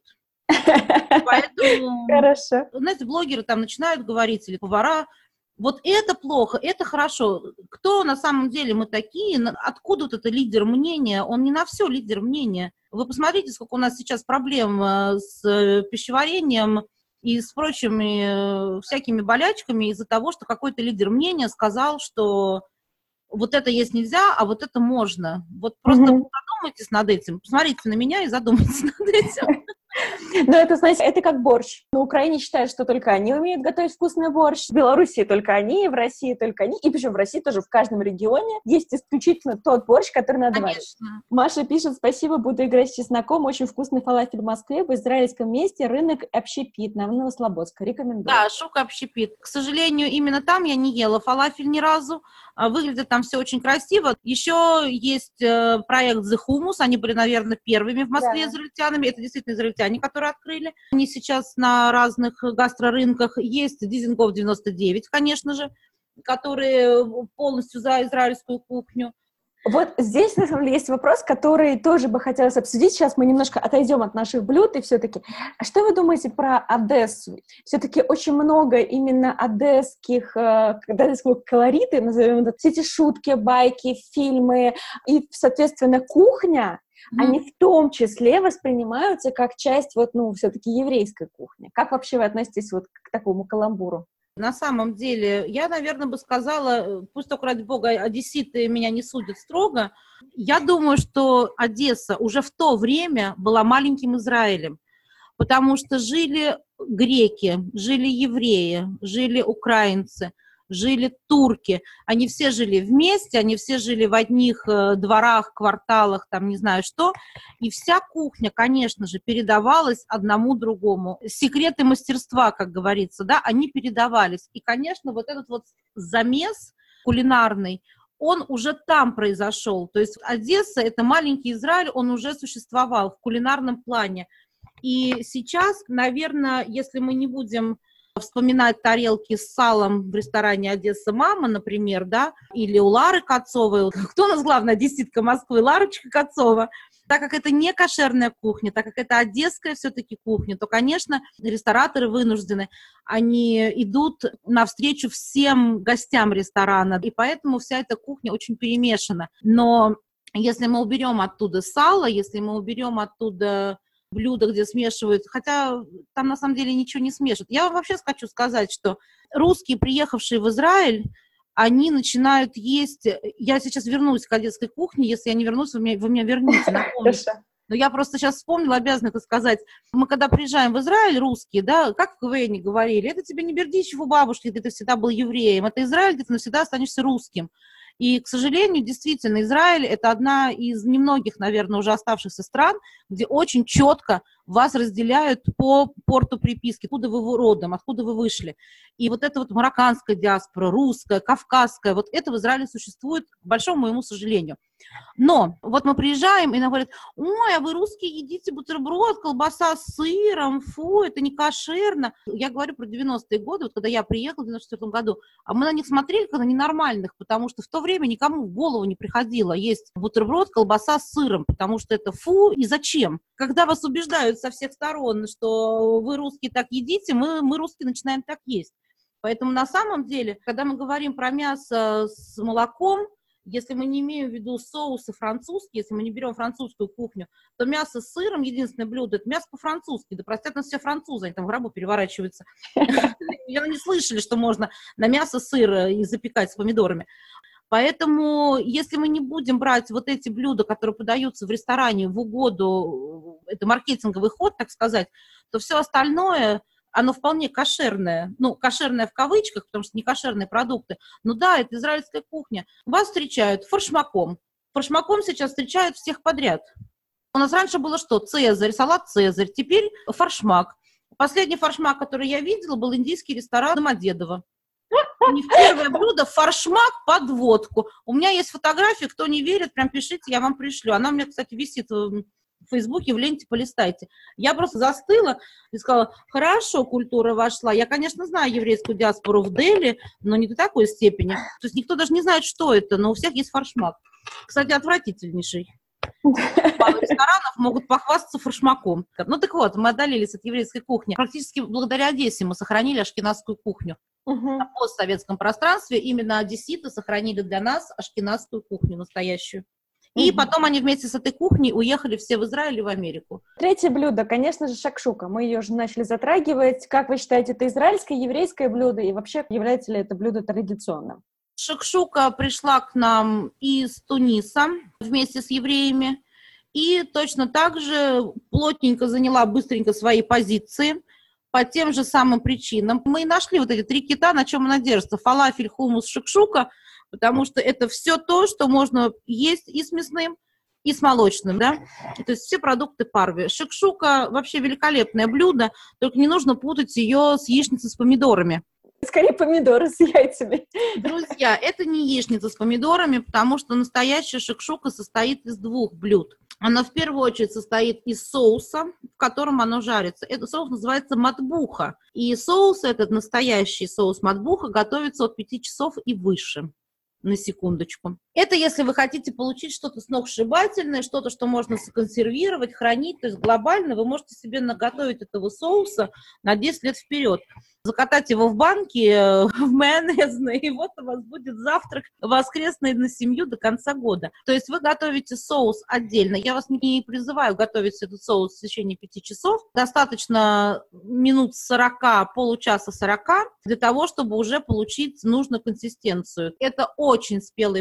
Поэтому, хорошо. Знаете, блогеры там начинают говорить, или повара, вот это плохо, это хорошо. Кто на самом деле мы такие? Откуда вот это лидер мнения? Он не на все лидер мнения. Вы посмотрите, сколько у нас сейчас проблем с пищеварением и с прочими всякими болячками из-за того, что какой-то лидер мнения сказал, что вот это есть нельзя, а вот это можно. Вот просто mm-hmm. задумайтесь над этим. Посмотрите на меня и задумайтесь над этим. Ну, это, знаете, это как борщ. На Украине считают, что только они умеют готовить вкусный борщ. В Беларуси только они, в России только они. И причем в России тоже в каждом регионе есть исключительно тот борщ, который надо Конечно. варить. Маша пишет: спасибо, буду играть с чесноком. Очень вкусный фалафель в Москве. В израильском месте рынок Общепит на Новослободска. Рекомендую. Да, Шука Общепит. К сожалению, именно там я не ела фалафель ни разу. Выглядит там все очень красиво. Еще есть проект The Hummus. Они были, наверное, первыми в Москве, да, израильтянами. Это действительно израильтяне, которые открыли. Они сейчас на разных гастрорынках. Есть Дизингоф девяносто девять, конечно же, которые полностью за израильскую кухню. Вот здесь, на самом деле, есть вопрос, который тоже бы хотелось обсудить. Сейчас мы немножко отойдем от наших блюд и все-таки. А что вы думаете про Одессу? Все-таки очень много именно одесских, одесского колорита, назовем это, все эти шутки, байки, фильмы и, соответственно, кухня, mm-hmm. они в том числе воспринимаются как часть, вот, ну, все-таки еврейской кухни. Как вообще вы относитесь вот к такому каламбуру? На самом деле, я, наверное, бы сказала, пусть только, ради бога, одесситы меня не судят строго, я думаю, что Одесса уже в то время была маленьким Израилем, потому что жили греки, жили евреи, жили украинцы, жили турки. Они все жили вместе, они все жили в одних э, дворах, кварталах, там не знаю что. И вся кухня, конечно же, передавалась одному другому. Секреты мастерства, как говорится, да, они передавались. И, конечно, вот этот вот замес кулинарный, он уже там произошел. То есть Одесса, это маленький Израиль, он уже существовал в кулинарном плане. И сейчас, наверное, если мы не будем вспоминать тарелки с салом в ресторане «Одесса мама», например, да, или у Лары Кацовой, кто у нас главная одесситка Москвы, Ларочка Кацова, так как это не кошерная кухня, так как это одесская все-таки кухня, то, конечно, рестораторы вынуждены, они идут навстречу всем гостям ресторана, и поэтому вся эта кухня очень перемешана. Но если мы уберем оттуда сало, если мы уберем оттуда блюда, где смешивают, хотя там на самом деле ничего не смешивают. Я вам вообще хочу сказать, что русские, приехавшие в Израиль, они начинают есть... Я сейчас вернусь к одесской кухне, если я не вернусь, вы меня, вы меня верните, напомните. Но я просто сейчас вспомнила, обязана это сказать. Мы когда приезжаем в Израиль, русские, да, как в КВН говорили, это тебе не Бердичев у бабушки, где ты всегда был евреем, это Израиль, где ты навсегда останешься русским. И, к сожалению, действительно, Израиль – это одна из немногих, наверное, уже оставшихся стран, где очень четко вас разделяют по порту приписки, откуда вы родом, откуда вы вышли. И вот эта вот марокканская диаспора, русская, кавказская, вот это в Израиле существует, к большому моему сожалению. Но вот мы приезжаем, и нам говорят: ой, а вы русские едите бутерброд, колбаса с сыром, фу, это не кошерно. Я говорю про девяностые годы, вот когда я приехала в девяносто четвёртом году, а мы на них смотрели как на ненормальных, потому что в то время никому в голову не приходило есть бутерброд, колбаса с сыром, потому что это фу и зачем. Когда вас убеждают со всех сторон, что вы русские так едите, мы, мы русские начинаем так есть. Поэтому на самом деле, когда мы говорим про мясо с молоком, если мы не имеем в виду соусы французские, если мы не берем французскую кухню, то мясо с сыром, единственное блюдо, это мясо по-французски. Да простят нас все французы, они там в гробу переворачиваются. Я не слышали, что можно на мясо сыр и запекать с помидорами. Поэтому, если мы не будем брать вот эти блюда, которые подаются в ресторане в угоду, это маркетинговый ход, так сказать, то все остальное, оно вполне кошерное, ну, кошерное в кавычках, потому что не кошерные продукты, но да, это израильская кухня. Вас встречают форшмаком. Форшмаком сейчас встречают всех подряд. У нас раньше было что? Цезарь, салат Цезарь, теперь форшмак. Последний форшмак, который я видела, был индийский ресторан Домодедово. У них первое блюдо — форшмак под водку. У меня есть фотография, кто не верит, прям пишите, я вам пришлю. Она у меня, кстати, висит в Фейсбуке, в ленте, полистайте. Я просто застыла и сказала: хорошо, культура вошла. Я, конечно, знаю еврейскую диаспору в Дели, но не до такой степени. То есть никто даже не знает, что это, но у всех есть форшмак. Кстати, отвратительнейший. Пару ресторанов могут похвастаться форшмаком. Ну так вот, мы отдалились от еврейской кухни. Практически благодаря Одессе мы сохранили ашкеназскую кухню. Uh-huh. На постсоветском пространстве именно одесситы сохранили для нас ашкеназскую кухню настоящую. И uh-huh. потом они вместе с этой кухней уехали все в Израиль и в Америку. Третье блюдо, конечно же, шакшука. Мы ее уже начали затрагивать. Как вы считаете, это израильское, еврейское блюдо? И вообще, является ли это блюдо традиционным? Шакшука пришла к нам из Туниса вместе с евреями и точно так же плотненько заняла быстренько свои позиции по тем же самым причинам. Мы и нашли вот эти три кита, на чем она держится: фалафель, хумус, шакшука, потому что это все то, что можно есть и с мясным, и с молочным, да, то есть все продукты парви. Шакшука вообще великолепное блюдо, только не нужно путать ее с яичницей с помидорами. Скорее помидоры с яйцами. Друзья, это не яичница с помидорами, потому что настоящая шакшука состоит из двух блюд. Она в первую очередь состоит из соуса, в котором оно жарится. Этот соус называется матбуха. И соус, этот настоящий соус матбуха, готовится от пяти часов и выше. На секундочку. Это если вы хотите получить что-то сногсшибательное, что-то, что можно законсервировать, хранить. То есть глобально вы можете себе наготовить этого соуса на десять лет вперед. Закатать его в банке, в майонезный, и вот у вас будет завтрак воскресный на семью до конца года. То есть вы готовите соус отдельно. Я вас не призываю готовить этот соус в течение пяти часов. Достаточно минут сорока, получаса сорока для того, чтобы уже получить нужную консистенцию. Это очень спелые помидоры.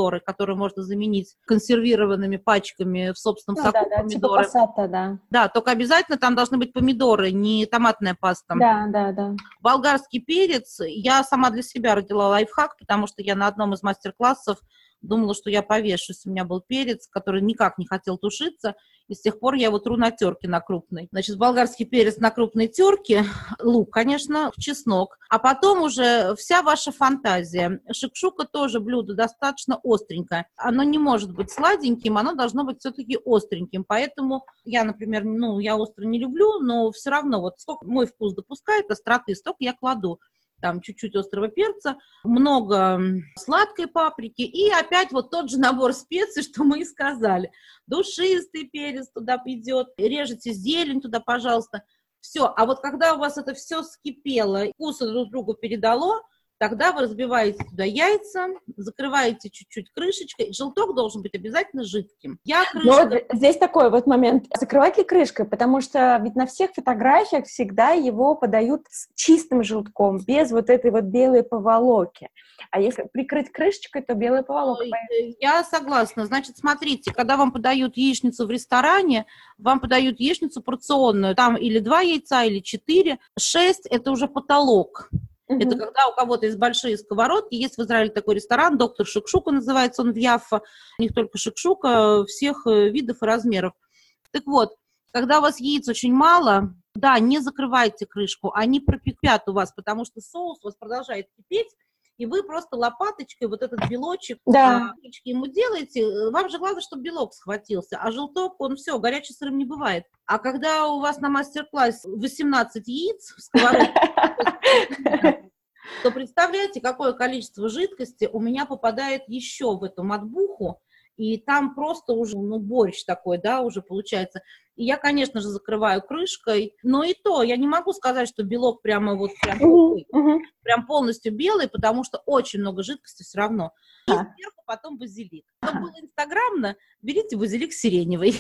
помидоры, которые можно заменить консервированными пачками в собственном Ну, соку да, да, типа помидоры. пассата, да. Да, только обязательно там должны быть помидоры, не томатная паста. Да, да, да. Болгарский перец, я сама для себя родила лайфхак, потому что я на одном из мастер-классов думала, что я повешусь. У меня был перец, который никак не хотел тушиться, и с тех пор я его тру на терке на крупной. Значит, болгарский перец на крупной терке, лук, конечно, чеснок, а потом уже вся ваша фантазия. Шакшука тоже блюдо достаточно остренькое. Оно не может быть сладеньким, оно должно быть все-таки остреньким. Поэтому я, например, ну, я остро не люблю, но все равно вот сколько мой вкус допускает остроты, столько я кладу. Там чуть-чуть острого перца, много сладкой паприки и опять вот тот же набор специй, что мы и сказали. Душистый перец туда идет, режете зелень туда, пожалуйста. Все, а вот когда у вас это все скипело, вкусы друг другу передало, тогда вы разбиваете туда яйца, закрываете чуть-чуть крышечкой. Желток должен быть обязательно жидким. Я крышка... Вот здесь такой вот момент. Закрывать ли крышкой? Потому что ведь на всех фотографиях всегда его подают с чистым желтком, без вот этой вот белой поволоки. А если прикрыть крышечкой, то белая поволока. Я согласна. Значит, смотрите, когда вам подают яичницу в ресторане, вам подают яичницу порционную. Там или два яйца, или четыре. Шесть – это уже потолок. Uh-huh. Это когда у кого-то есть большие сковородки. Есть в Израиле такой ресторан, доктор Шакшука называется он в Яффа. У них только шакшука всех видов и размеров. Так вот, когда у вас яиц очень мало, да, не закрывайте крышку, они пропекят у вас, потому что соус у вас продолжает кипеть, и вы просто лопаточкой вот этот белочек да. а, ему делаете. Вам же главное, чтобы белок схватился, а желток, он все, горячий сырым не бывает. А когда у вас на мастер-классе восемнадцать яиц в сковородке, то представляете, какое количество жидкости у меня попадает еще в эту матбуху, и там просто уже, ну, борщ такой, да, уже получается. И я, конечно же, закрываю крышкой, но и то, я не могу сказать, что белок прямо вот прям, uh-huh, uh-huh. прям полностью белый, потому что очень много жидкости все равно. И uh-huh. сверху потом базилик. Чтобы uh-huh. было инстаграмно, берите базилик сиреневый.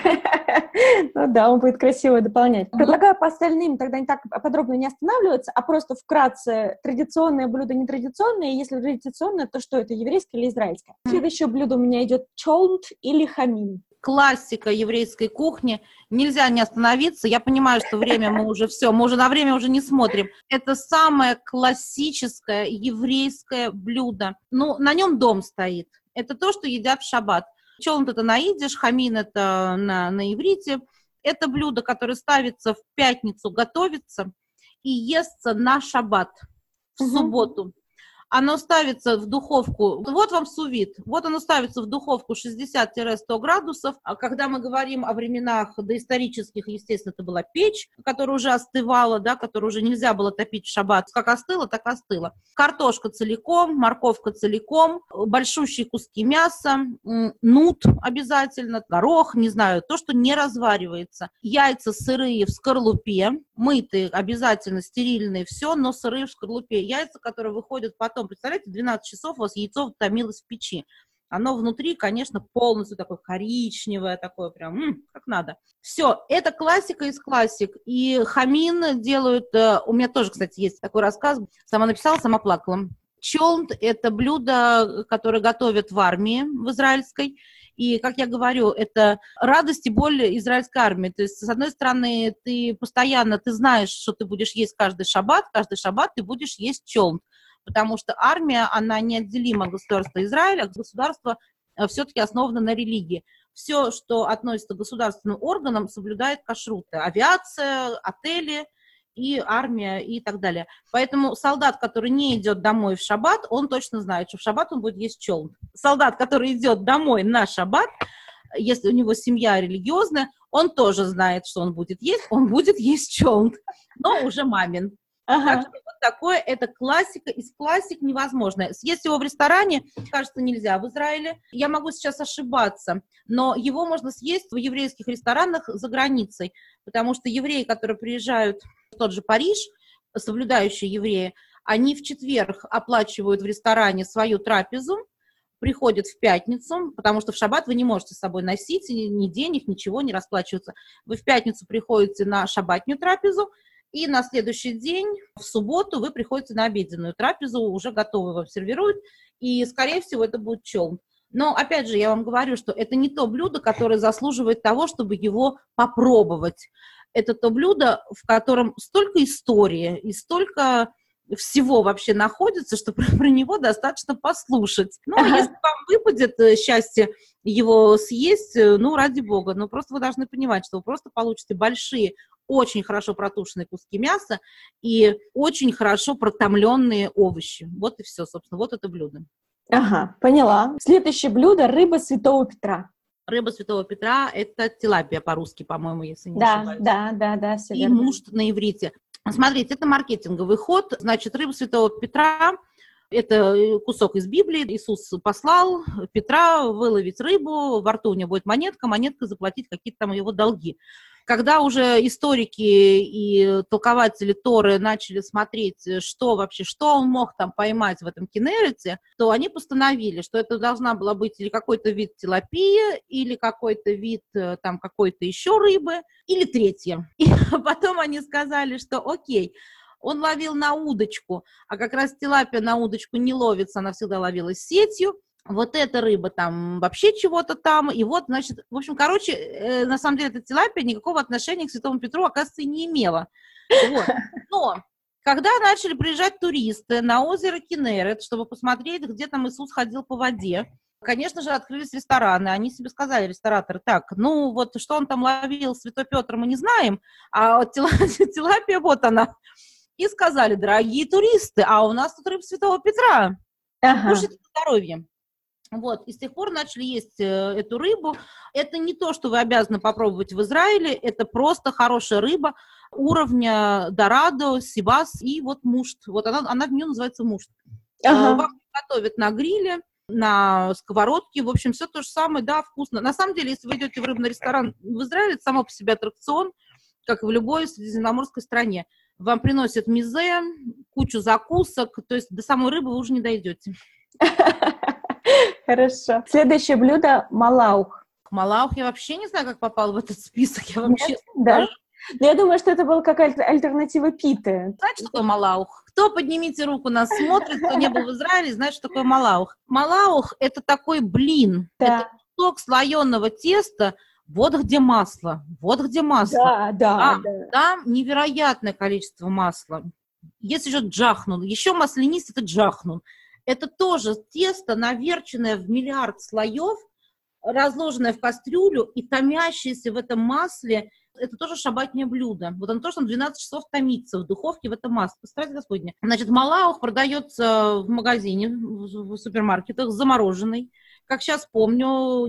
Ну да, он будет красиво дополнять. Предлагаю по остальным тогда не так подробно не останавливаться, а просто вкратце традиционное блюдо, нетрадиционное. Если традиционное, то что это, еврейское или израильское? Следующее блюдо у меня идет чолнт или хамин. Классика еврейской кухни. Нельзя не остановиться. Я понимаю, что время мы уже все, мы уже на время уже не смотрим. Это самое классическое еврейское блюдо. Ну, на нем дом стоит. Это то, что едят в шаббат. Чолнт — это на идиш, хамин — это на, на иврите. Это блюдо, которое ставится в пятницу, готовится и естся на шаббат, в uh-huh. субботу. Оно ставится в духовку, вот вам сувид, вот оно ставится в духовку шестьдесят-сто градусов. А когда мы говорим о временах доисторических, естественно, это была печь, которая уже остывала, да, которую уже нельзя было топить в шаббат. Как остыла, так остыла. Картошка целиком, морковка целиком, большущие куски мяса, нут обязательно, горох, не знаю, то, что не разваривается. Яйца сырые в скорлупе, мытые обязательно, стерильные, все, но сырые в скорлупе. Яйца, которые выходят потом. Представляете, двенадцать часов у вас яйцо томилось в печи. Оно внутри, конечно, полностью такое коричневое, такое прям, м, как надо. Все, это классика из классик. И хамин делают, у меня тоже, кстати, есть такой рассказ, сама написала, сама плакала. Чолнт – это блюдо, которое готовят в армии, в израильской. И, как я говорю, это радость и боль израильской армии. То есть, с одной стороны, ты постоянно, ты знаешь, что ты будешь есть каждый шаббат, каждый шаббат ты будешь есть чолнт. Потому что армия, она неотделима от государства Израиля, а государство все-таки основано на религии. Все, что относится к государственным органам, соблюдает кашруты. Авиация, отели и армия и так далее. Поэтому солдат, который не идет домой в шаббат, он точно знает, что в шаббат он будет есть чолнт. Солдат, который идет домой на шаббат, если у него семья религиозная, он тоже знает, что он будет есть, он будет есть чолнт, но уже мамин. Ага. Так что вот такое, это классика, из классик невозможно. Съесть его в ресторане, кажется, нельзя в Израиле. Я могу сейчас ошибаться, но его можно съесть в еврейских ресторанах за границей, потому что евреи, которые приезжают в тот же Париж, соблюдающие евреи, они в четверг оплачивают в ресторане свою трапезу, приходят в пятницу, потому что в шаббат вы не можете с собой носить ни, ни денег, ничего, не расплачиваться. Вы в пятницу приходите на шаббатную трапезу, и на следующий день, в субботу, вы приходите на обеденную трапезу, уже готовы вам сервируют, и, скорее всего, это будет чолнт. Но, опять же, я вам говорю, что это не то блюдо, которое заслуживает того, чтобы его попробовать. Это то блюдо, в котором столько истории и столько всего вообще находится, что про, про него достаточно послушать. Ну, ага. Если вам выпадет счастье его съесть, ну, ради бога. Но просто вы должны понимать, что вы просто получите большие, очень хорошо протушенные куски мяса и очень хорошо протомленные овощи. Вот и все, собственно, вот это блюдо. Ага, поняла. Следующее блюдо – рыба Святого Петра. Рыба Святого Петра – это тилапия по-русски, по-моему, если не да, ошибаюсь. Да, да, да, все и верно. мушт на иврите. Смотрите, это маркетинговый ход. Значит, рыба Святого Петра – это кусок из Библии. Иисус послал Петра выловить рыбу, во рту у него будет монетка, монетка заплатить какие-то там его долги. Когда уже историки и толкователи Торы начали смотреть, что вообще, что он мог там поймать в этом кинерете, то они постановили, что это должна была быть или какой-то вид тилапии, или какой-то вид там какой-то еще рыбы, или третье. И потом они сказали, что окей, он ловил на удочку, а как раз тилапия на удочку не ловится, она всегда ловилась сетью. Вот эта рыба там вообще чего-то там, и вот, значит, в общем, короче, э, на самом деле эта тилапия никакого отношения к Святому Петру, оказывается, и не имела. Вот. Но когда начали приезжать туристы на озеро Кинерет, чтобы посмотреть, где там Иисус ходил по воде, конечно же, открылись рестораны, они себе сказали, рестораторы, так, ну вот что он там ловил, Святой Петр, мы не знаем, а тилапия, вот она. И сказали, дорогие туристы, а у нас тут рыба Святого Петра, ага. Кушайте на здоровье. Вот, и с тех пор начали есть э, эту рыбу. Это не то, что вы обязаны попробовать в Израиле, это просто хорошая рыба уровня дорадо, сибас и вот мушт. Вот она, она в нее называется мушт. Ага. Э, вам готовят на гриле, на сковородке, в общем, все то же самое, да, вкусно. На самом деле, если вы идете в рыбный ресторан в Израиле, это само по себе аттракцион, как и в любой средиземноморской стране. Вам приносят мизе, кучу закусок, то есть до самой рыбы вы уже не дойдете. Хорошо. Следующее блюдо – малаух. Малаух я вообще не знаю, как попал в этот список. Я вам Нет? честно Да? скажу. Но я думаю, что это была какая-то альтернатива питы. Знаете, что такое малаух? Кто, поднимите руку, нас смотрит, кто не был в Израиле, знает, что такое малаух. Малаух – это такой блин. Да. Это кусок слоеного теста, вот где масло, вот где масло. Да, да, а, да. Там невероятное количество масла. Есть еще джахнун. Еще маслянистый – это джахнун. Это тоже тесто, наверченное в миллиард слоев, разложенное в кастрюлю и томящееся в этом масле. Это тоже шаббатное блюдо. Вот оно тоже там двенадцать часов томится в духовке в этом масле. Представьте, Господня. Значит, малаух продается в магазине, в супермаркетах, замороженный. Как сейчас помню,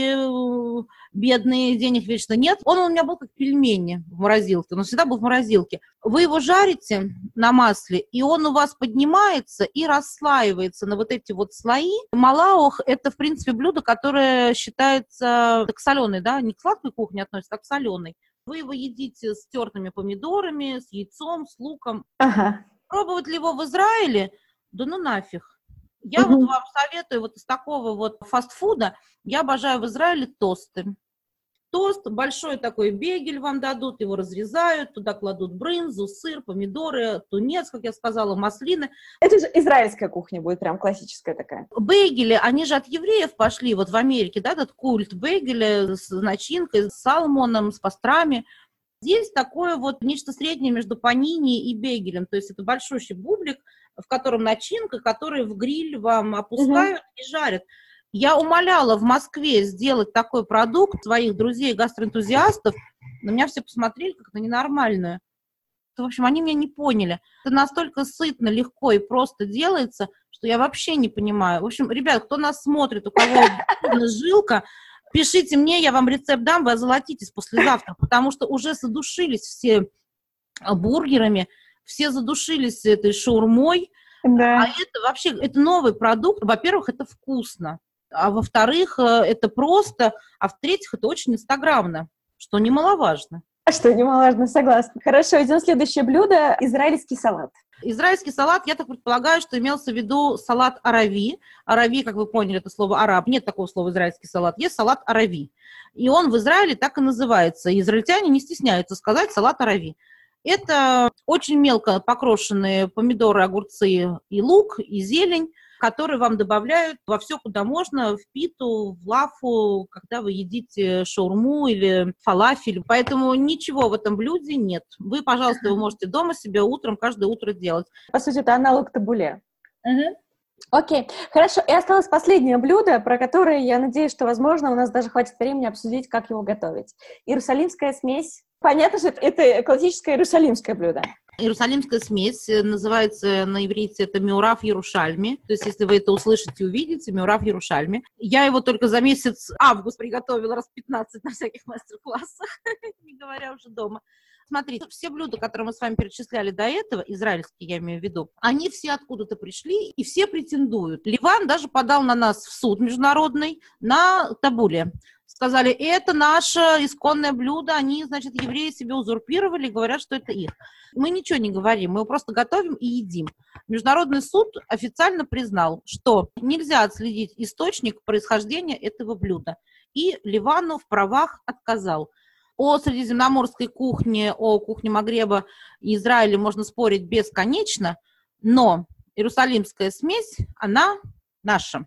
нищие, бедные, денег вечно нет. Он у меня был как пельмени в морозилке, он всегда был в морозилке. Вы его жарите на масле, и он у вас поднимается и расслаивается на вот эти вот слои. Малаух – это, в принципе, блюдо, которое считается к соленой, да, не к сладкой кухне относится, а к соленой. Вы его едите с тертыми помидорами, с яйцом, с луком. Ага. Пробовать ли его в Израиле? Да ну нафиг. Я угу. вот вам советую вот из такого вот фастфуда, я обожаю в Израиле тосты. Тост, большой такой бегель вам дадут, его разрезают, туда кладут брынзу, сыр, помидоры, тунец, как я сказала, маслины. Это же израильская кухня будет, прям классическая такая. Бейгели, они же от евреев пошли, вот в Америке, да, этот культ бейгеля с начинкой, с салмоном, с пастрами. Здесь такое вот нечто среднее между панини и бейгелем, то есть это большущий бублик, в котором начинка, который в гриль вам опускают угу. и жарят. Я умоляла в Москве сделать такой продукт своих друзей-гастроэнтузиастов, на меня все посмотрели как на ненормальную. В общем, они меня не поняли. Это настолько сытно, легко и просто делается, что я вообще не понимаю. В общем, ребят, кто нас смотрит, у кого жилка, пишите мне, я вам рецепт дам, вы озолотитесь послезавтра, потому что уже задушились все бургерами, все задушились этой шаурмой, да. А это вообще, это новый продукт. Во-первых, это вкусно, а во-вторых, это просто, а в-третьих, это очень инстаграмно, что немаловажно. Что немаловажно, согласна. Хорошо, идем следующее блюдо – израильский салат. Израильский салат, я так предполагаю, что имелся в виду салат арави. Арави, как вы поняли, это слово араб. Нет такого слова израильский салат. Есть салат арави. И он в Израиле так и называется. Израильтяне не стесняются сказать салат арави. Это очень мелко покрошенные помидоры, огурцы и лук, и зелень, которые вам добавляют во все, куда можно, в питу, в лафу, когда вы едите шаурму или фалафель. Поэтому ничего в этом блюде нет. Вы, пожалуйста, вы можете дома себе утром, каждое утро делать. По сути, это аналог табуле. Угу. Окей, хорошо. И осталось последнее блюдо, про которое, я надеюсь, что, возможно, у нас даже хватит времени обсудить, как его готовить. Иерусалимская смесь. Понятно, что это классическое иерусалимское блюдо. Иерусалимская смесь называется на иврите это миурав Ярушальми. То есть, если вы это услышите, увидите, миурав Ярушальми. Я его только за месяц август приготовила раз пятнадцать на всяких мастер-классах, не говоря уже дома. Смотрите, все блюда, которые мы с вами перечисляли до этого, израильские, я имею в виду, они все откуда-то пришли, и все претендуют. Ливан даже подал на нас в суд международный на табуле. Сказали, это наше исконное блюдо, они, значит, евреи себе узурпировали, говорят, что это их. Мы ничего не говорим, мы его просто готовим и едим. Международный суд официально признал, что нельзя отследить источник происхождения этого блюда. И Ливану в правах отказал. О средиземноморской кухне, о кухне Магреба и Израиля можно спорить бесконечно, но иерусалимская смесь, она наша.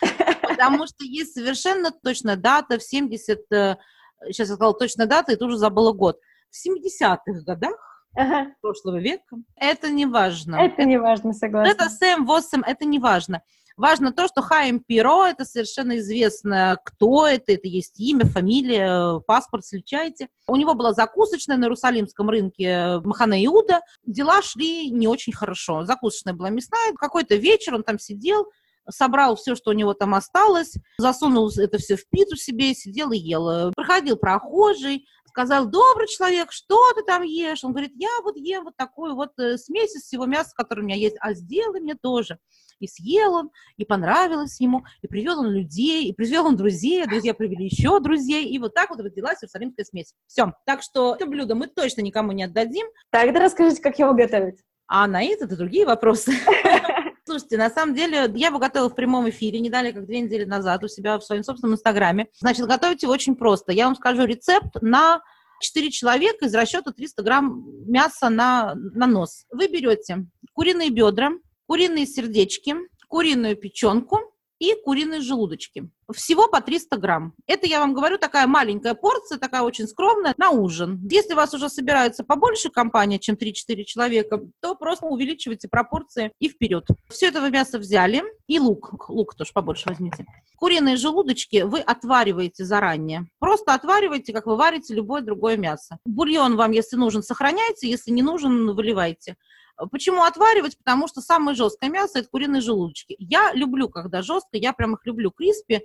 Потому что есть совершенно точная дата в семьдесят, сейчас я сказала точная дата и тут же забыла год, в семидесятых годах ага. прошлого века. Это не важно. Это не важно, согласна. Это сэм, восемь, это не важно. Важно то, что Хаим Пиро, это совершенно известно, кто это, это есть имя, фамилия, паспорт, сличайте. У него была закусочная на Иерусалимском рынке Махане Иуда. Дела шли не очень хорошо. Закусочная была мясная. Какой-то вечер он там сидел, собрал все, что у него там осталось, засунул это все в питу себе, сидел и ел. Проходил прохожий, сказал, добрый человек, что ты там ешь? Он говорит, я вот ем вот такую вот смесь из всего мяса, которое у меня есть, а сделай мне тоже. И съел он, и понравилось ему, и привел он людей, и привел он друзей, а друзья привели еще друзей, и вот так вот родилась иерусалимская смесь. Все. Так что это блюдо мы точно никому не отдадим. Тогда расскажите, как его готовить. А на это другие вопросы. Слушайте, на самом деле, я его готовила в прямом эфире, не далее, как две недели назад у себя в своем собственном инстаграме. Значит, готовить его очень просто. Я вам скажу рецепт на четыре человека из расчета триста грамм мяса на, на нос. Вы берете куриные бедра, куриные сердечки, куриную печенку и куриные желудочки. Всего по триста грамм. Это, я вам говорю, такая маленькая порция, такая очень скромная, на ужин. Если у вас уже собирается побольше компания, чем три-четыре человека, то просто увеличивайте пропорции и вперед. Все это вы мясо взяли. И лук. Лук тоже побольше возьмите. Куриные желудочки вы отвариваете заранее. Просто отваривайте, как вы варите любое другое мясо. Бульон вам, если нужен, сохраняйте, если не нужен, выливайте. Почему отваривать? Потому что самое жесткое мясо – это куриные желудочки. Я люблю, когда жестко, я прям их люблю криспи,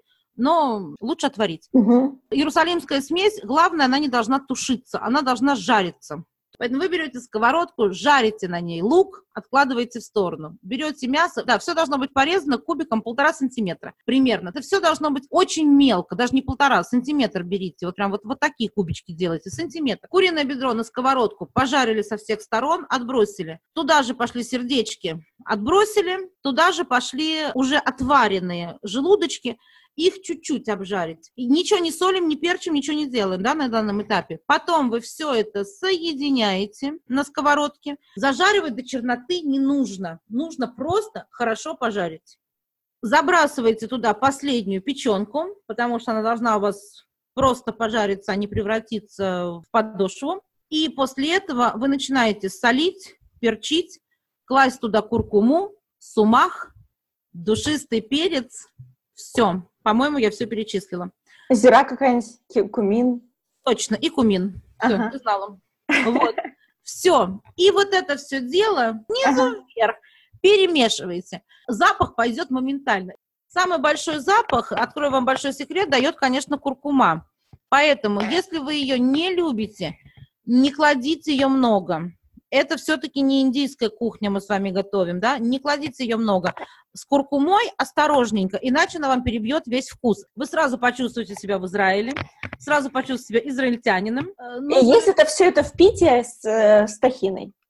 но лучше отварить. Угу. Иерусалимская смесь, главное, она не должна тушиться, она должна жариться. Поэтому вы берете сковородку, жарите на ней лук, откладываете в сторону. Берете мясо, да, все должно быть порезано кубиком полтора сантиметра примерно. Это все должно быть очень мелко, даже не полтора, сантиметр берите. Вот прям вот, вот такие кубички делайте, сантиметр. Куриное бедро на сковородку пожарили со всех сторон, отбросили. Туда же пошли сердечки, отбросили. Туда же пошли уже отваренные желудочки. Их чуть-чуть обжарить. И ничего не солим, не перчим, ничего не делаем, да, на данном этапе. Потом вы все это соединяете на сковородке. Зажаривать до черноты не нужно. Нужно просто хорошо пожарить. Забрасываете туда последнюю печенку, потому что она должна у вас просто пожариться, а не превратиться в подошву. И после этого вы начинаете солить, перчить, класть туда куркуму, сумах, душистый перец. Все. По-моему, я все перечислила. Зира какая-нибудь, кумин. Точно, и кумин. Все, ага. ты знала. Вот. Все. И вот это все дело снизу ага. вверх перемешиваете. Запах пойдет моментально. Самый большой запах, открою вам большой секрет, дает, конечно, куркума. Поэтому, если вы ее не любите, не кладите ее много. Это все-таки не индийская кухня, мы с вами готовим, да? Не кладите ее много. С куркумой осторожненько, иначе она вам перебьет весь вкус. Вы сразу почувствуете себя в Израиле, сразу почувствуете себя израильтянином. Но... И есть это все это в питье с, с тахиной?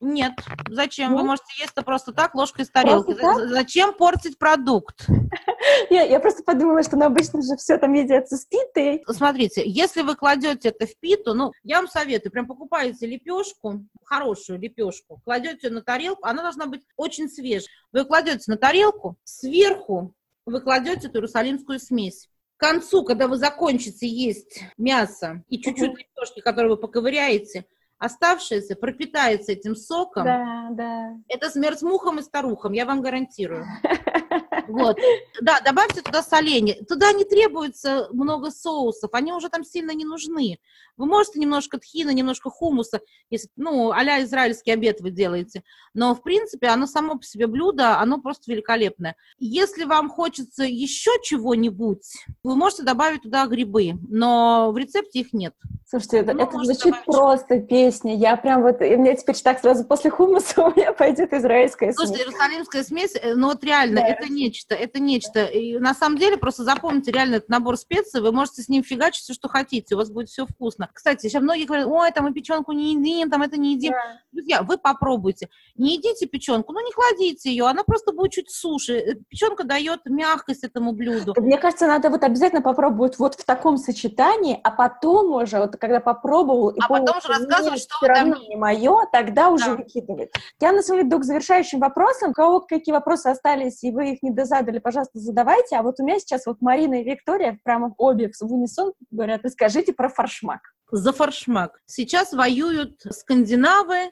Нет, зачем? Нет? Вы можете есть это просто так, ложкой из тарелки. Просто Зачем портить продукт? Я, я просто подумала, что ну, обычно же все там едят с питой. Смотрите, если вы кладете это в питу, ну, я вам советую, прям покупаете лепешку, хорошую лепешку, кладете на тарелку, она должна быть очень свежей. Вы кладете на тарелку, сверху вы кладете эту иерусалимскую смесь. К концу, когда вы закончите есть мясо и чуть-чуть uh-huh. лепешки, которые вы поковыряете, оставшееся пропитается этим соком. Да, да. Это смерть мухам и старухам, я вам гарантирую. Вот. Да, добавьте туда соленье. Туда не требуется много соусов, они уже там сильно не нужны. Вы можете немножко тхина, немножко хумуса, если, ну, а-ля израильский обед вы делаете. Но, в принципе, оно само по себе блюдо, оно просто великолепное. Если вам хочется еще чего-нибудь, вы можете добавить туда грибы, но в рецепте их нет. Слушайте, это, это звучит просто песня. Я прям вот, и мне теперь так сразу после хумуса у меня пойдет израильская смесь. Слушайте, иерусалимская смесь, ну вот реально, да, это нечто, это нечто. И на самом деле, просто запомните реально этот набор специй, вы можете с ним фигачить все, что хотите, у вас будет все вкусно. Кстати, сейчас многие говорят, ой, там мы печенку не едим, там это не едим. Да. Друзья, вы попробуйте. Не едите печенку, ну не кладите ее, она просто будет чуть суше. Печенка дает мягкость этому блюду. Мне кажется, надо вот обязательно попробовать вот в таком сочетании, а потом уже, вот когда попробовал, и а понял, потом уже рассказывать, что все равно там... не мое, тогда уже да. выкидывать. Я на самом деле иду к завершающим вопросам. У кого какие вопросы остались, и вы их не дозадали, пожалуйста, задавайте. А вот у меня сейчас вот Марина и Виктория прямо обе в унисон говорят, расскажите про форшмак. За форшмак. Сейчас воюют скандинавы,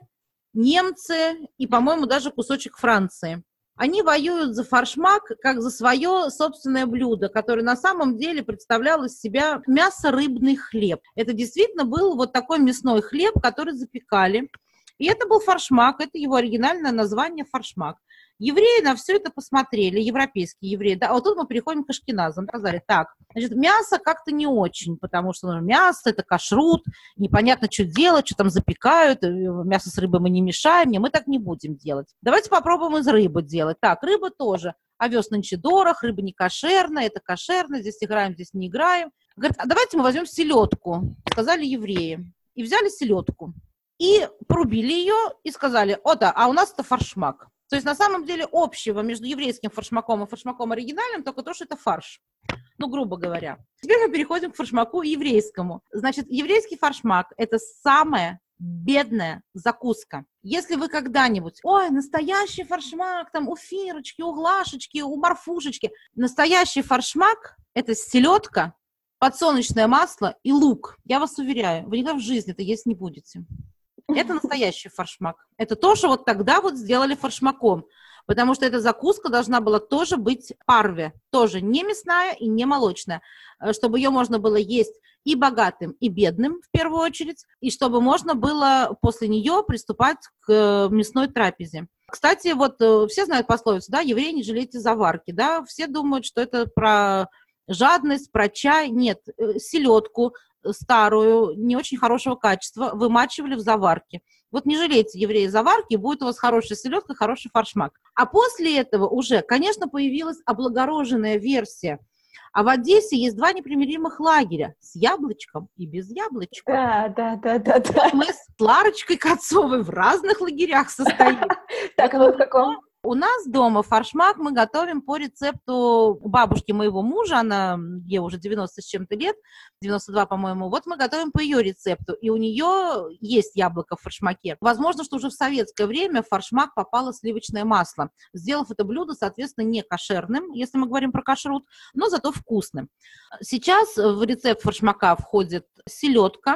немцы и, по-моему, даже кусочек Франции. Они воюют за форшмак как за свое собственное блюдо, которое на самом деле представляло из себя мясо-рыбный хлеб. Это действительно был вот такой мясной хлеб, который запекали. И это был форшмак, это его оригинальное название форшмак. Евреи на все это посмотрели, европейские евреи. Да, вот тут мы переходим к ашкеназам. Сказали, так, значит, мясо как-то не очень, потому что ну, мясо – это кашрут, непонятно, что делать, что там запекают, мясо с рыбой мы не мешаем, не, мы так не будем делать. Давайте попробуем из рыбы делать. Так, рыба тоже. Овес нынче дорог, рыба не кошерная, это кошерно, здесь играем, здесь не играем. Говорят, а давайте мы возьмем селедку, сказали евреи. И взяли селедку. И порубили ее, и сказали, о да, а у нас это форшмак. То есть на самом деле общего между еврейским форшмаком и форшмаком оригинальным только то, что это фарш. Ну, грубо говоря. Теперь мы переходим к форшмаку еврейскому. Значит, еврейский форшмак – это самая бедная закуска. Если вы когда-нибудь, ой, настоящий форшмак, там у Фирочки, у Глашечки, у Марфушечки. Настоящий форшмак – это селедка, подсолнечное масло и лук. Я вас уверяю, вы никогда в жизни это есть не будете. Это настоящий форшмак. Это то, что вот тогда вот сделали форшмаком. Потому что эта закуска должна была тоже быть парве. Тоже не мясная и не молочная. Чтобы ее можно было есть и богатым, и бедным в первую очередь. И чтобы можно было после нее приступать к мясной трапезе. Кстати, вот все знают пословицу, да, евреи не жалейте заварки, да. Все думают, что это про жадность, про чай. Нет, селедку старую, не очень хорошего качества, вымачивали в заварке. Вот не жалейте, евреи, заварки, будет у вас хорошая селедка, хороший форшмак. А после этого уже, конечно, появилась облагороженная версия. А в Одессе есть два непримиримых лагеря с яблочком и без яблочка. Да, да, да, да, да. Мы с Ларочкой Кацовой в разных лагерях состоим. Так, а вы в каком? У нас дома форшмак мы готовим по рецепту бабушки моего мужа, она, ей уже девяносто с чем-то лет, девяносто два, по-моему, вот мы готовим по ее рецепту, и у нее есть яблоко в форшмаке. Возможно, что уже в советское время в форшмак попало сливочное масло, сделав это блюдо, соответственно, не кошерным, если мы говорим про кашрут, но зато вкусным. Сейчас в рецепт форшмака входит селедка,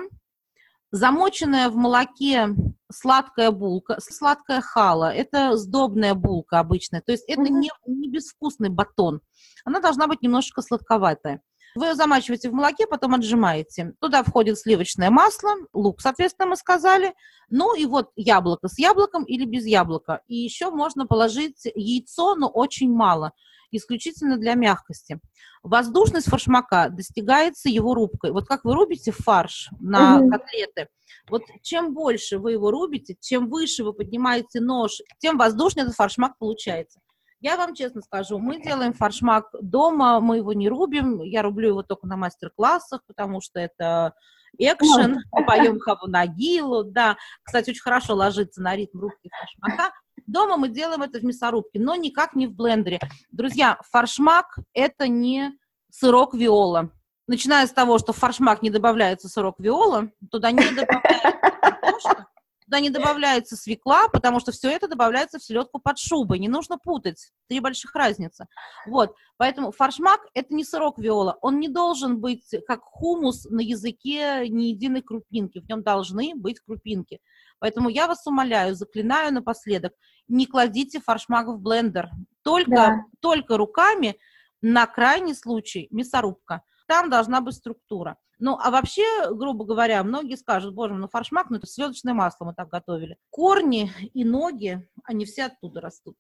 замоченная в молоке сладкая булка, сладкая хала, это сдобная булка обычная, то есть это mm-hmm. не, не безвкусный батон, она должна быть немножечко сладковатая. Вы ее замачиваете в молоке, потом отжимаете. Туда входит сливочное масло, лук, соответственно, мы сказали, ну и вот яблоко с яблоком или без яблока. И еще можно положить яйцо, но очень мало, исключительно для мягкости. Воздушность форшмака достигается его рубкой. Вот как вы рубите фарш на mm-hmm. котлеты, вот чем больше вы его рубите, чем выше вы поднимаете нож, тем воздушнее этот форшмак получается. Я вам честно скажу, мы делаем форшмак дома, мы его не рубим, я рублю его только на мастер-классах, потому что это экшен, мы поем Хаву Нагилу, да, кстати, очень хорошо ложится на ритм рубки форшмака. Дома мы делаем это в мясорубке, но никак не в блендере. Друзья, форшмак – это не сырок виола. Начиная с того, что в форшмак не добавляется сырок виола, туда не добавляется картошка, туда не добавляется свекла, потому что все это добавляется в селедку под шубой. Не нужно путать. Три больших разницы. Вот. Поэтому форшмак – это не сырок виола. Он не должен быть как хумус на языке ни единой крупинки. В нем должны быть крупинки. Поэтому я вас умоляю, заклинаю напоследок, не кладите форшмак в блендер. Только, да. только руками, на крайний случай, мясорубка. Там должна быть структура. Ну, а вообще, грубо говоря, многие скажут, боже мой, ну форшмак, ну это сливочное масло мы так готовили. Корни и ноги, они все оттуда растут.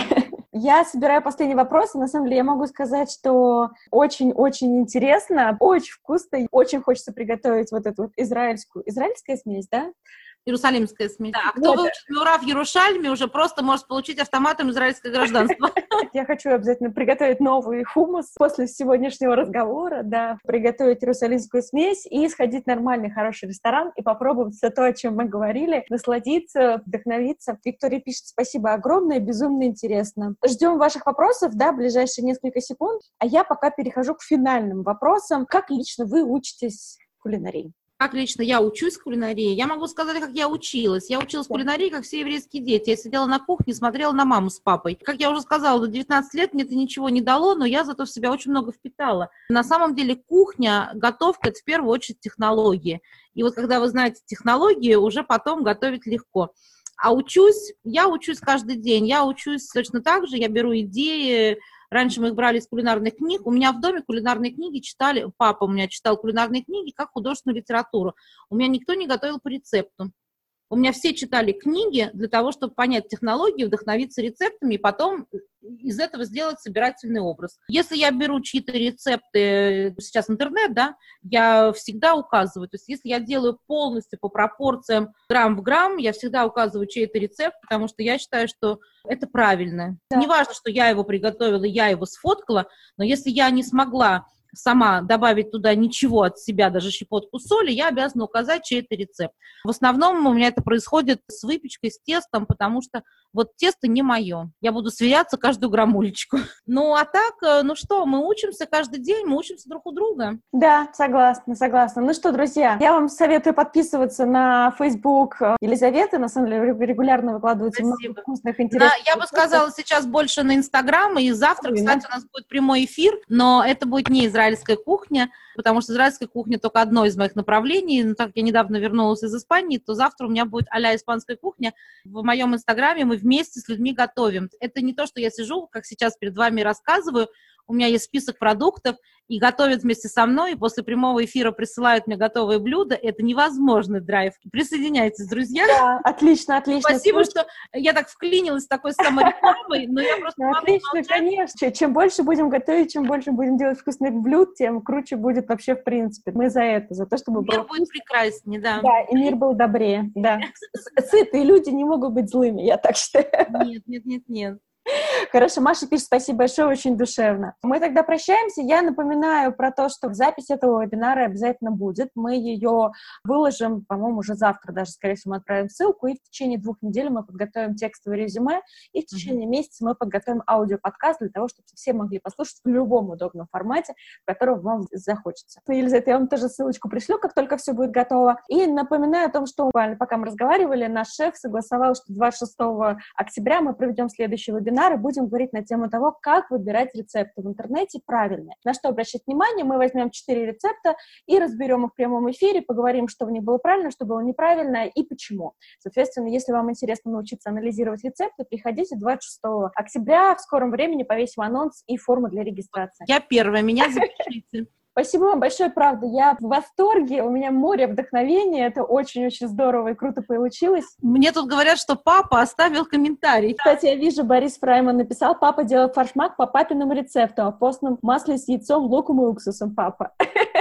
Я собираю последний вопрос, и на самом деле я могу сказать, что очень-очень интересно, очень вкусно, очень хочется приготовить вот эту вот израильскую, израильская смесь, да? Иерусалимская смесь. Да, а кто вот. выучит Мюра в Иерушальме, уже просто может получить автоматом израильское гражданство. Я хочу обязательно приготовить новый хумус после сегодняшнего разговора, да, приготовить иерусалимскую смесь и сходить в нормальный, хороший ресторан и попробовать все то, о чем мы говорили, насладиться, вдохновиться. Виктория пишет: спасибо огромное, безумно интересно. Ждем ваших вопросов, да, ближайшие несколько секунд, а я пока перехожу к финальным вопросам. Как лично вы учитесь кулинарии? Как лично я учусь кулинарии? Я могу сказать, как я училась. Я училась кулинарии, как все еврейские дети. Я сидела на кухне, смотрела на маму с папой. Как я уже сказала, до девятнадцати лет мне это ничего не дало, но я зато в себя очень много впитала. На самом деле кухня, готовка – это в первую очередь технологии. И вот когда вы знаете технологии, уже потом готовить легко. А учусь, я учусь каждый день. Я учусь точно так же, я беру идеи. Раньше мы их брали из кулинарных книг. У меня в доме кулинарные книги читали, папа у меня читал кулинарные книги как художественную литературу. У меня никто не готовил по рецепту. У меня все читали книги для того, чтобы понять технологии, вдохновиться рецептами и потом из этого сделать собирательный образ. Если я беру чьи-то рецепты, сейчас интернет, да, я всегда указываю. То есть если я делаю полностью по пропорциям грамм в грамм, я всегда указываю чей-то рецепт, потому что я считаю, что это правильно. Да. Не важно, что я его приготовила, я его сфоткала, но если я не смогла сама добавить туда ничего от себя, даже щепотку соли, я обязана указать чей-то рецепт. В основном у меня это происходит с выпечкой, с тестом, потому что вот тесто не мое. Я буду сверяться каждую граммулечку. Ну, а так, ну что, мы учимся каждый день, мы учимся друг у друга. Да, согласна, согласна. Ну что, друзья, я вам советую подписываться на Facebook Елизаветы. На самом деле регулярно выкладывается Спасибо. много вкусных, интересных. Да, я бы сказала сейчас больше на Инстаграм, и завтра, Именно. кстати, у нас будет прямой эфир, но это будет не израильская кухня, потому что израильская кухня только одно из моих направлений. Но так как я недавно вернулась из Испании, то завтра у меня будет а-ля испанская кухня. В моем Инстаграме мы вместе с людьми готовим. Это не то, что я сижу, как сейчас перед вами рассказываю. У меня есть список продуктов, и готовят вместе со мной, и после прямого эфира присылают мне готовые блюда. Это невозможный драйв. Присоединяйтесь, друзья. Да, отлично, отлично. Спасибо, что я так вклинилась с такой саморекламой, но я просто... Ну, отлично, конечно. Чем больше будем готовить, чем больше будем делать вкусных блюд, тем круче будет вообще в принципе. Мы за это, за то, чтобы... Мир будет прекраснее, да. Да, и мир был добрее, да. Сытые люди не могут быть злыми, я так считаю. Нет, нет, нет, нет. Хорошо, Маша пишет: спасибо большое, очень душевно. Мы тогда прощаемся. Я напоминаю про то, что запись этого вебинара обязательно будет. Мы ее выложим, по-моему, уже завтра даже, скорее всего, мы отправим ссылку, и в течение двух недель мы подготовим текстовое резюме, и в течение mm-hmm. месяца мы подготовим аудиоподкаст для того, чтобы все могли послушать в любом удобном формате, в котором вам захочется. Елизавета, я вам тоже ссылочку пришлю, как только все будет готово. И напоминаю о том, что пока мы разговаривали, наш шеф согласовал, что двадцать шестого октября мы проведем следующий вебинар, и будем говорить на тему того, как выбирать рецепты в интернете правильно. На что обращать внимание? Мы возьмем четыре рецепта и разберем их в прямом эфире, поговорим, что в них было правильно, что было неправильно и почему. Соответственно, если вам интересно научиться анализировать рецепты, приходите двадцать шестого октября, в скором времени повесим анонс и форму для регистрации. Я первая, меня запишите. Спасибо вам большое, правда. Я в восторге, у меня море вдохновения, это очень-очень здорово и круто получилось. Мне тут говорят, что папа оставил комментарий. Кстати, я вижу, Борис Фрайман написал: папа делает форшмак по папиному рецепту, о постном масле с яйцом, луком и уксусом, папа.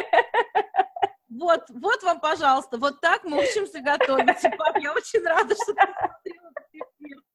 Вот, вот вам, пожалуйста, вот так мы учимся готовить. Пап, я очень рада, что ты смотрела этот эфир.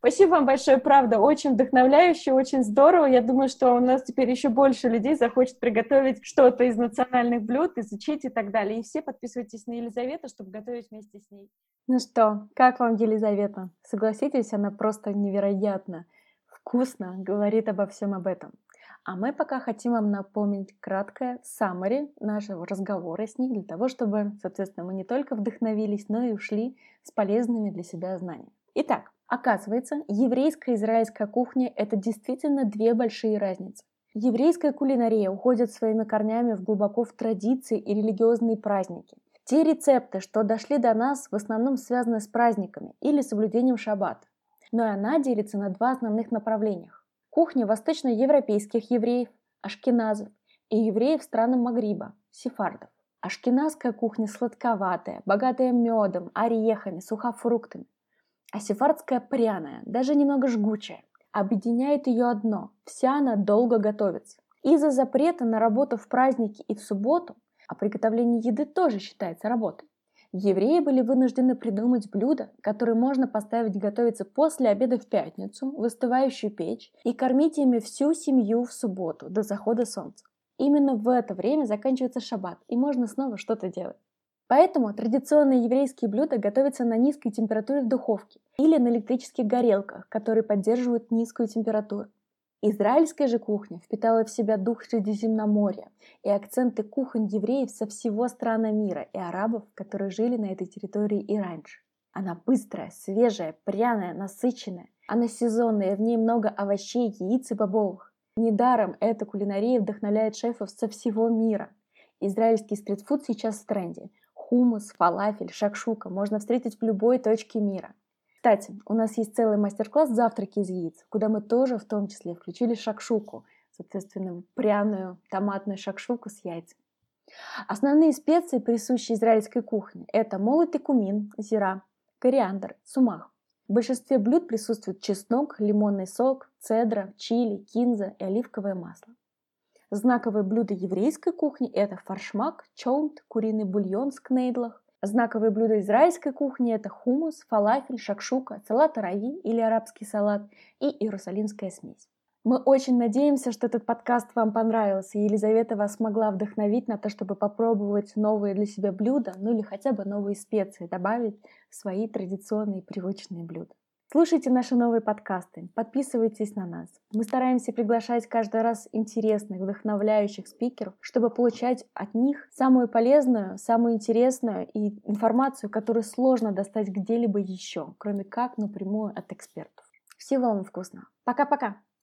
Спасибо вам большое, правда, очень вдохновляюще, очень здорово. Я думаю, что у нас теперь еще больше людей захочет приготовить что-то из национальных блюд, изучить и так далее. И все подписывайтесь на Елизавету, чтобы готовить вместе с ней. Ну что, как вам Елизавета? Согласитесь, она просто невероятно вкусно говорит обо всем об этом. А мы пока хотим вам напомнить краткое саммари нашего разговора с ней, для того, чтобы, соответственно, мы не только вдохновились, но и ушли с полезными для себя знаниями. Итак, оказывается, еврейская и израильская кухня – это действительно две большие разницы. Еврейская кулинария уходит своими корнями в глубоко в традиции и религиозные праздники. Те рецепты, что дошли до нас, в основном связаны с праздниками или соблюдением шаббата. Но и она делится на два основных направления. Кухня восточноевропейских евреев, ашкеназов, и евреев стран Магриба, сефардов. Ашкеназская кухня сладковатая, богатая медом, орехами, сухофруктами. А сефардская пряная, даже немного жгучая. Объединяет ее одно – вся она долго готовится. Из-за запрета на работу в праздники и в субботу, а приготовление еды тоже считается работой, евреи были вынуждены придумать блюда, которые можно поставить готовиться после обеда в пятницу в остывающую печь и кормить ими всю семью в субботу до захода солнца. Именно в это время заканчивается шаббат, и можно снова что-то делать. Поэтому традиционные еврейские блюда готовятся на низкой температуре в духовке или на электрических горелках, которые поддерживают низкую температуру. Израильская же кухня впитала в себя дух Средиземноморья и акценты кухонь евреев со всего стран мира и арабов, которые жили на этой территории и раньше. Она быстрая, свежая, пряная, насыщенная. Она сезонная, в ней много овощей, яиц и бобовых. Недаром эта кулинария вдохновляет шефов со всего мира. Израильский стритфуд сейчас в тренде. Хумус, фалафель, шакшука можно встретить в любой точке мира. Кстати, у нас есть целый мастер-класс «Завтраки из яиц», куда мы тоже в том числе включили шакшуку, соответственно, пряную томатную шакшуку с яйцами. Основные специи, присущие израильской кухне, это молотый кумин, зира, кориандр, сумах. В большинстве блюд присутствует чеснок, лимонный сок, цедра, чили, кинза и оливковое масло. Знаковые блюда еврейской кухни – это фаршмак, чоунт, куриный бульон с кнейдлах. Знаковые блюда израильской кухни – это хумус, фалафель, шакшука, салат арави или арабский салат и иерусалимская смесь. Мы очень надеемся, что этот подкаст вам понравился, и Елизавета вас смогла вдохновить на то, чтобы попробовать новые для себя блюда, ну или хотя бы новые специи добавить в свои традиционные привычные блюда. Слушайте наши новые подкасты, подписывайтесь на нас. Мы стараемся приглашать каждый раз интересных, вдохновляющих спикеров, чтобы получать от них самую полезную, самую интересную и информацию, которую сложно достать где-либо еще, кроме как напрямую от экспертов. Всего вам вкусного. Пока-пока!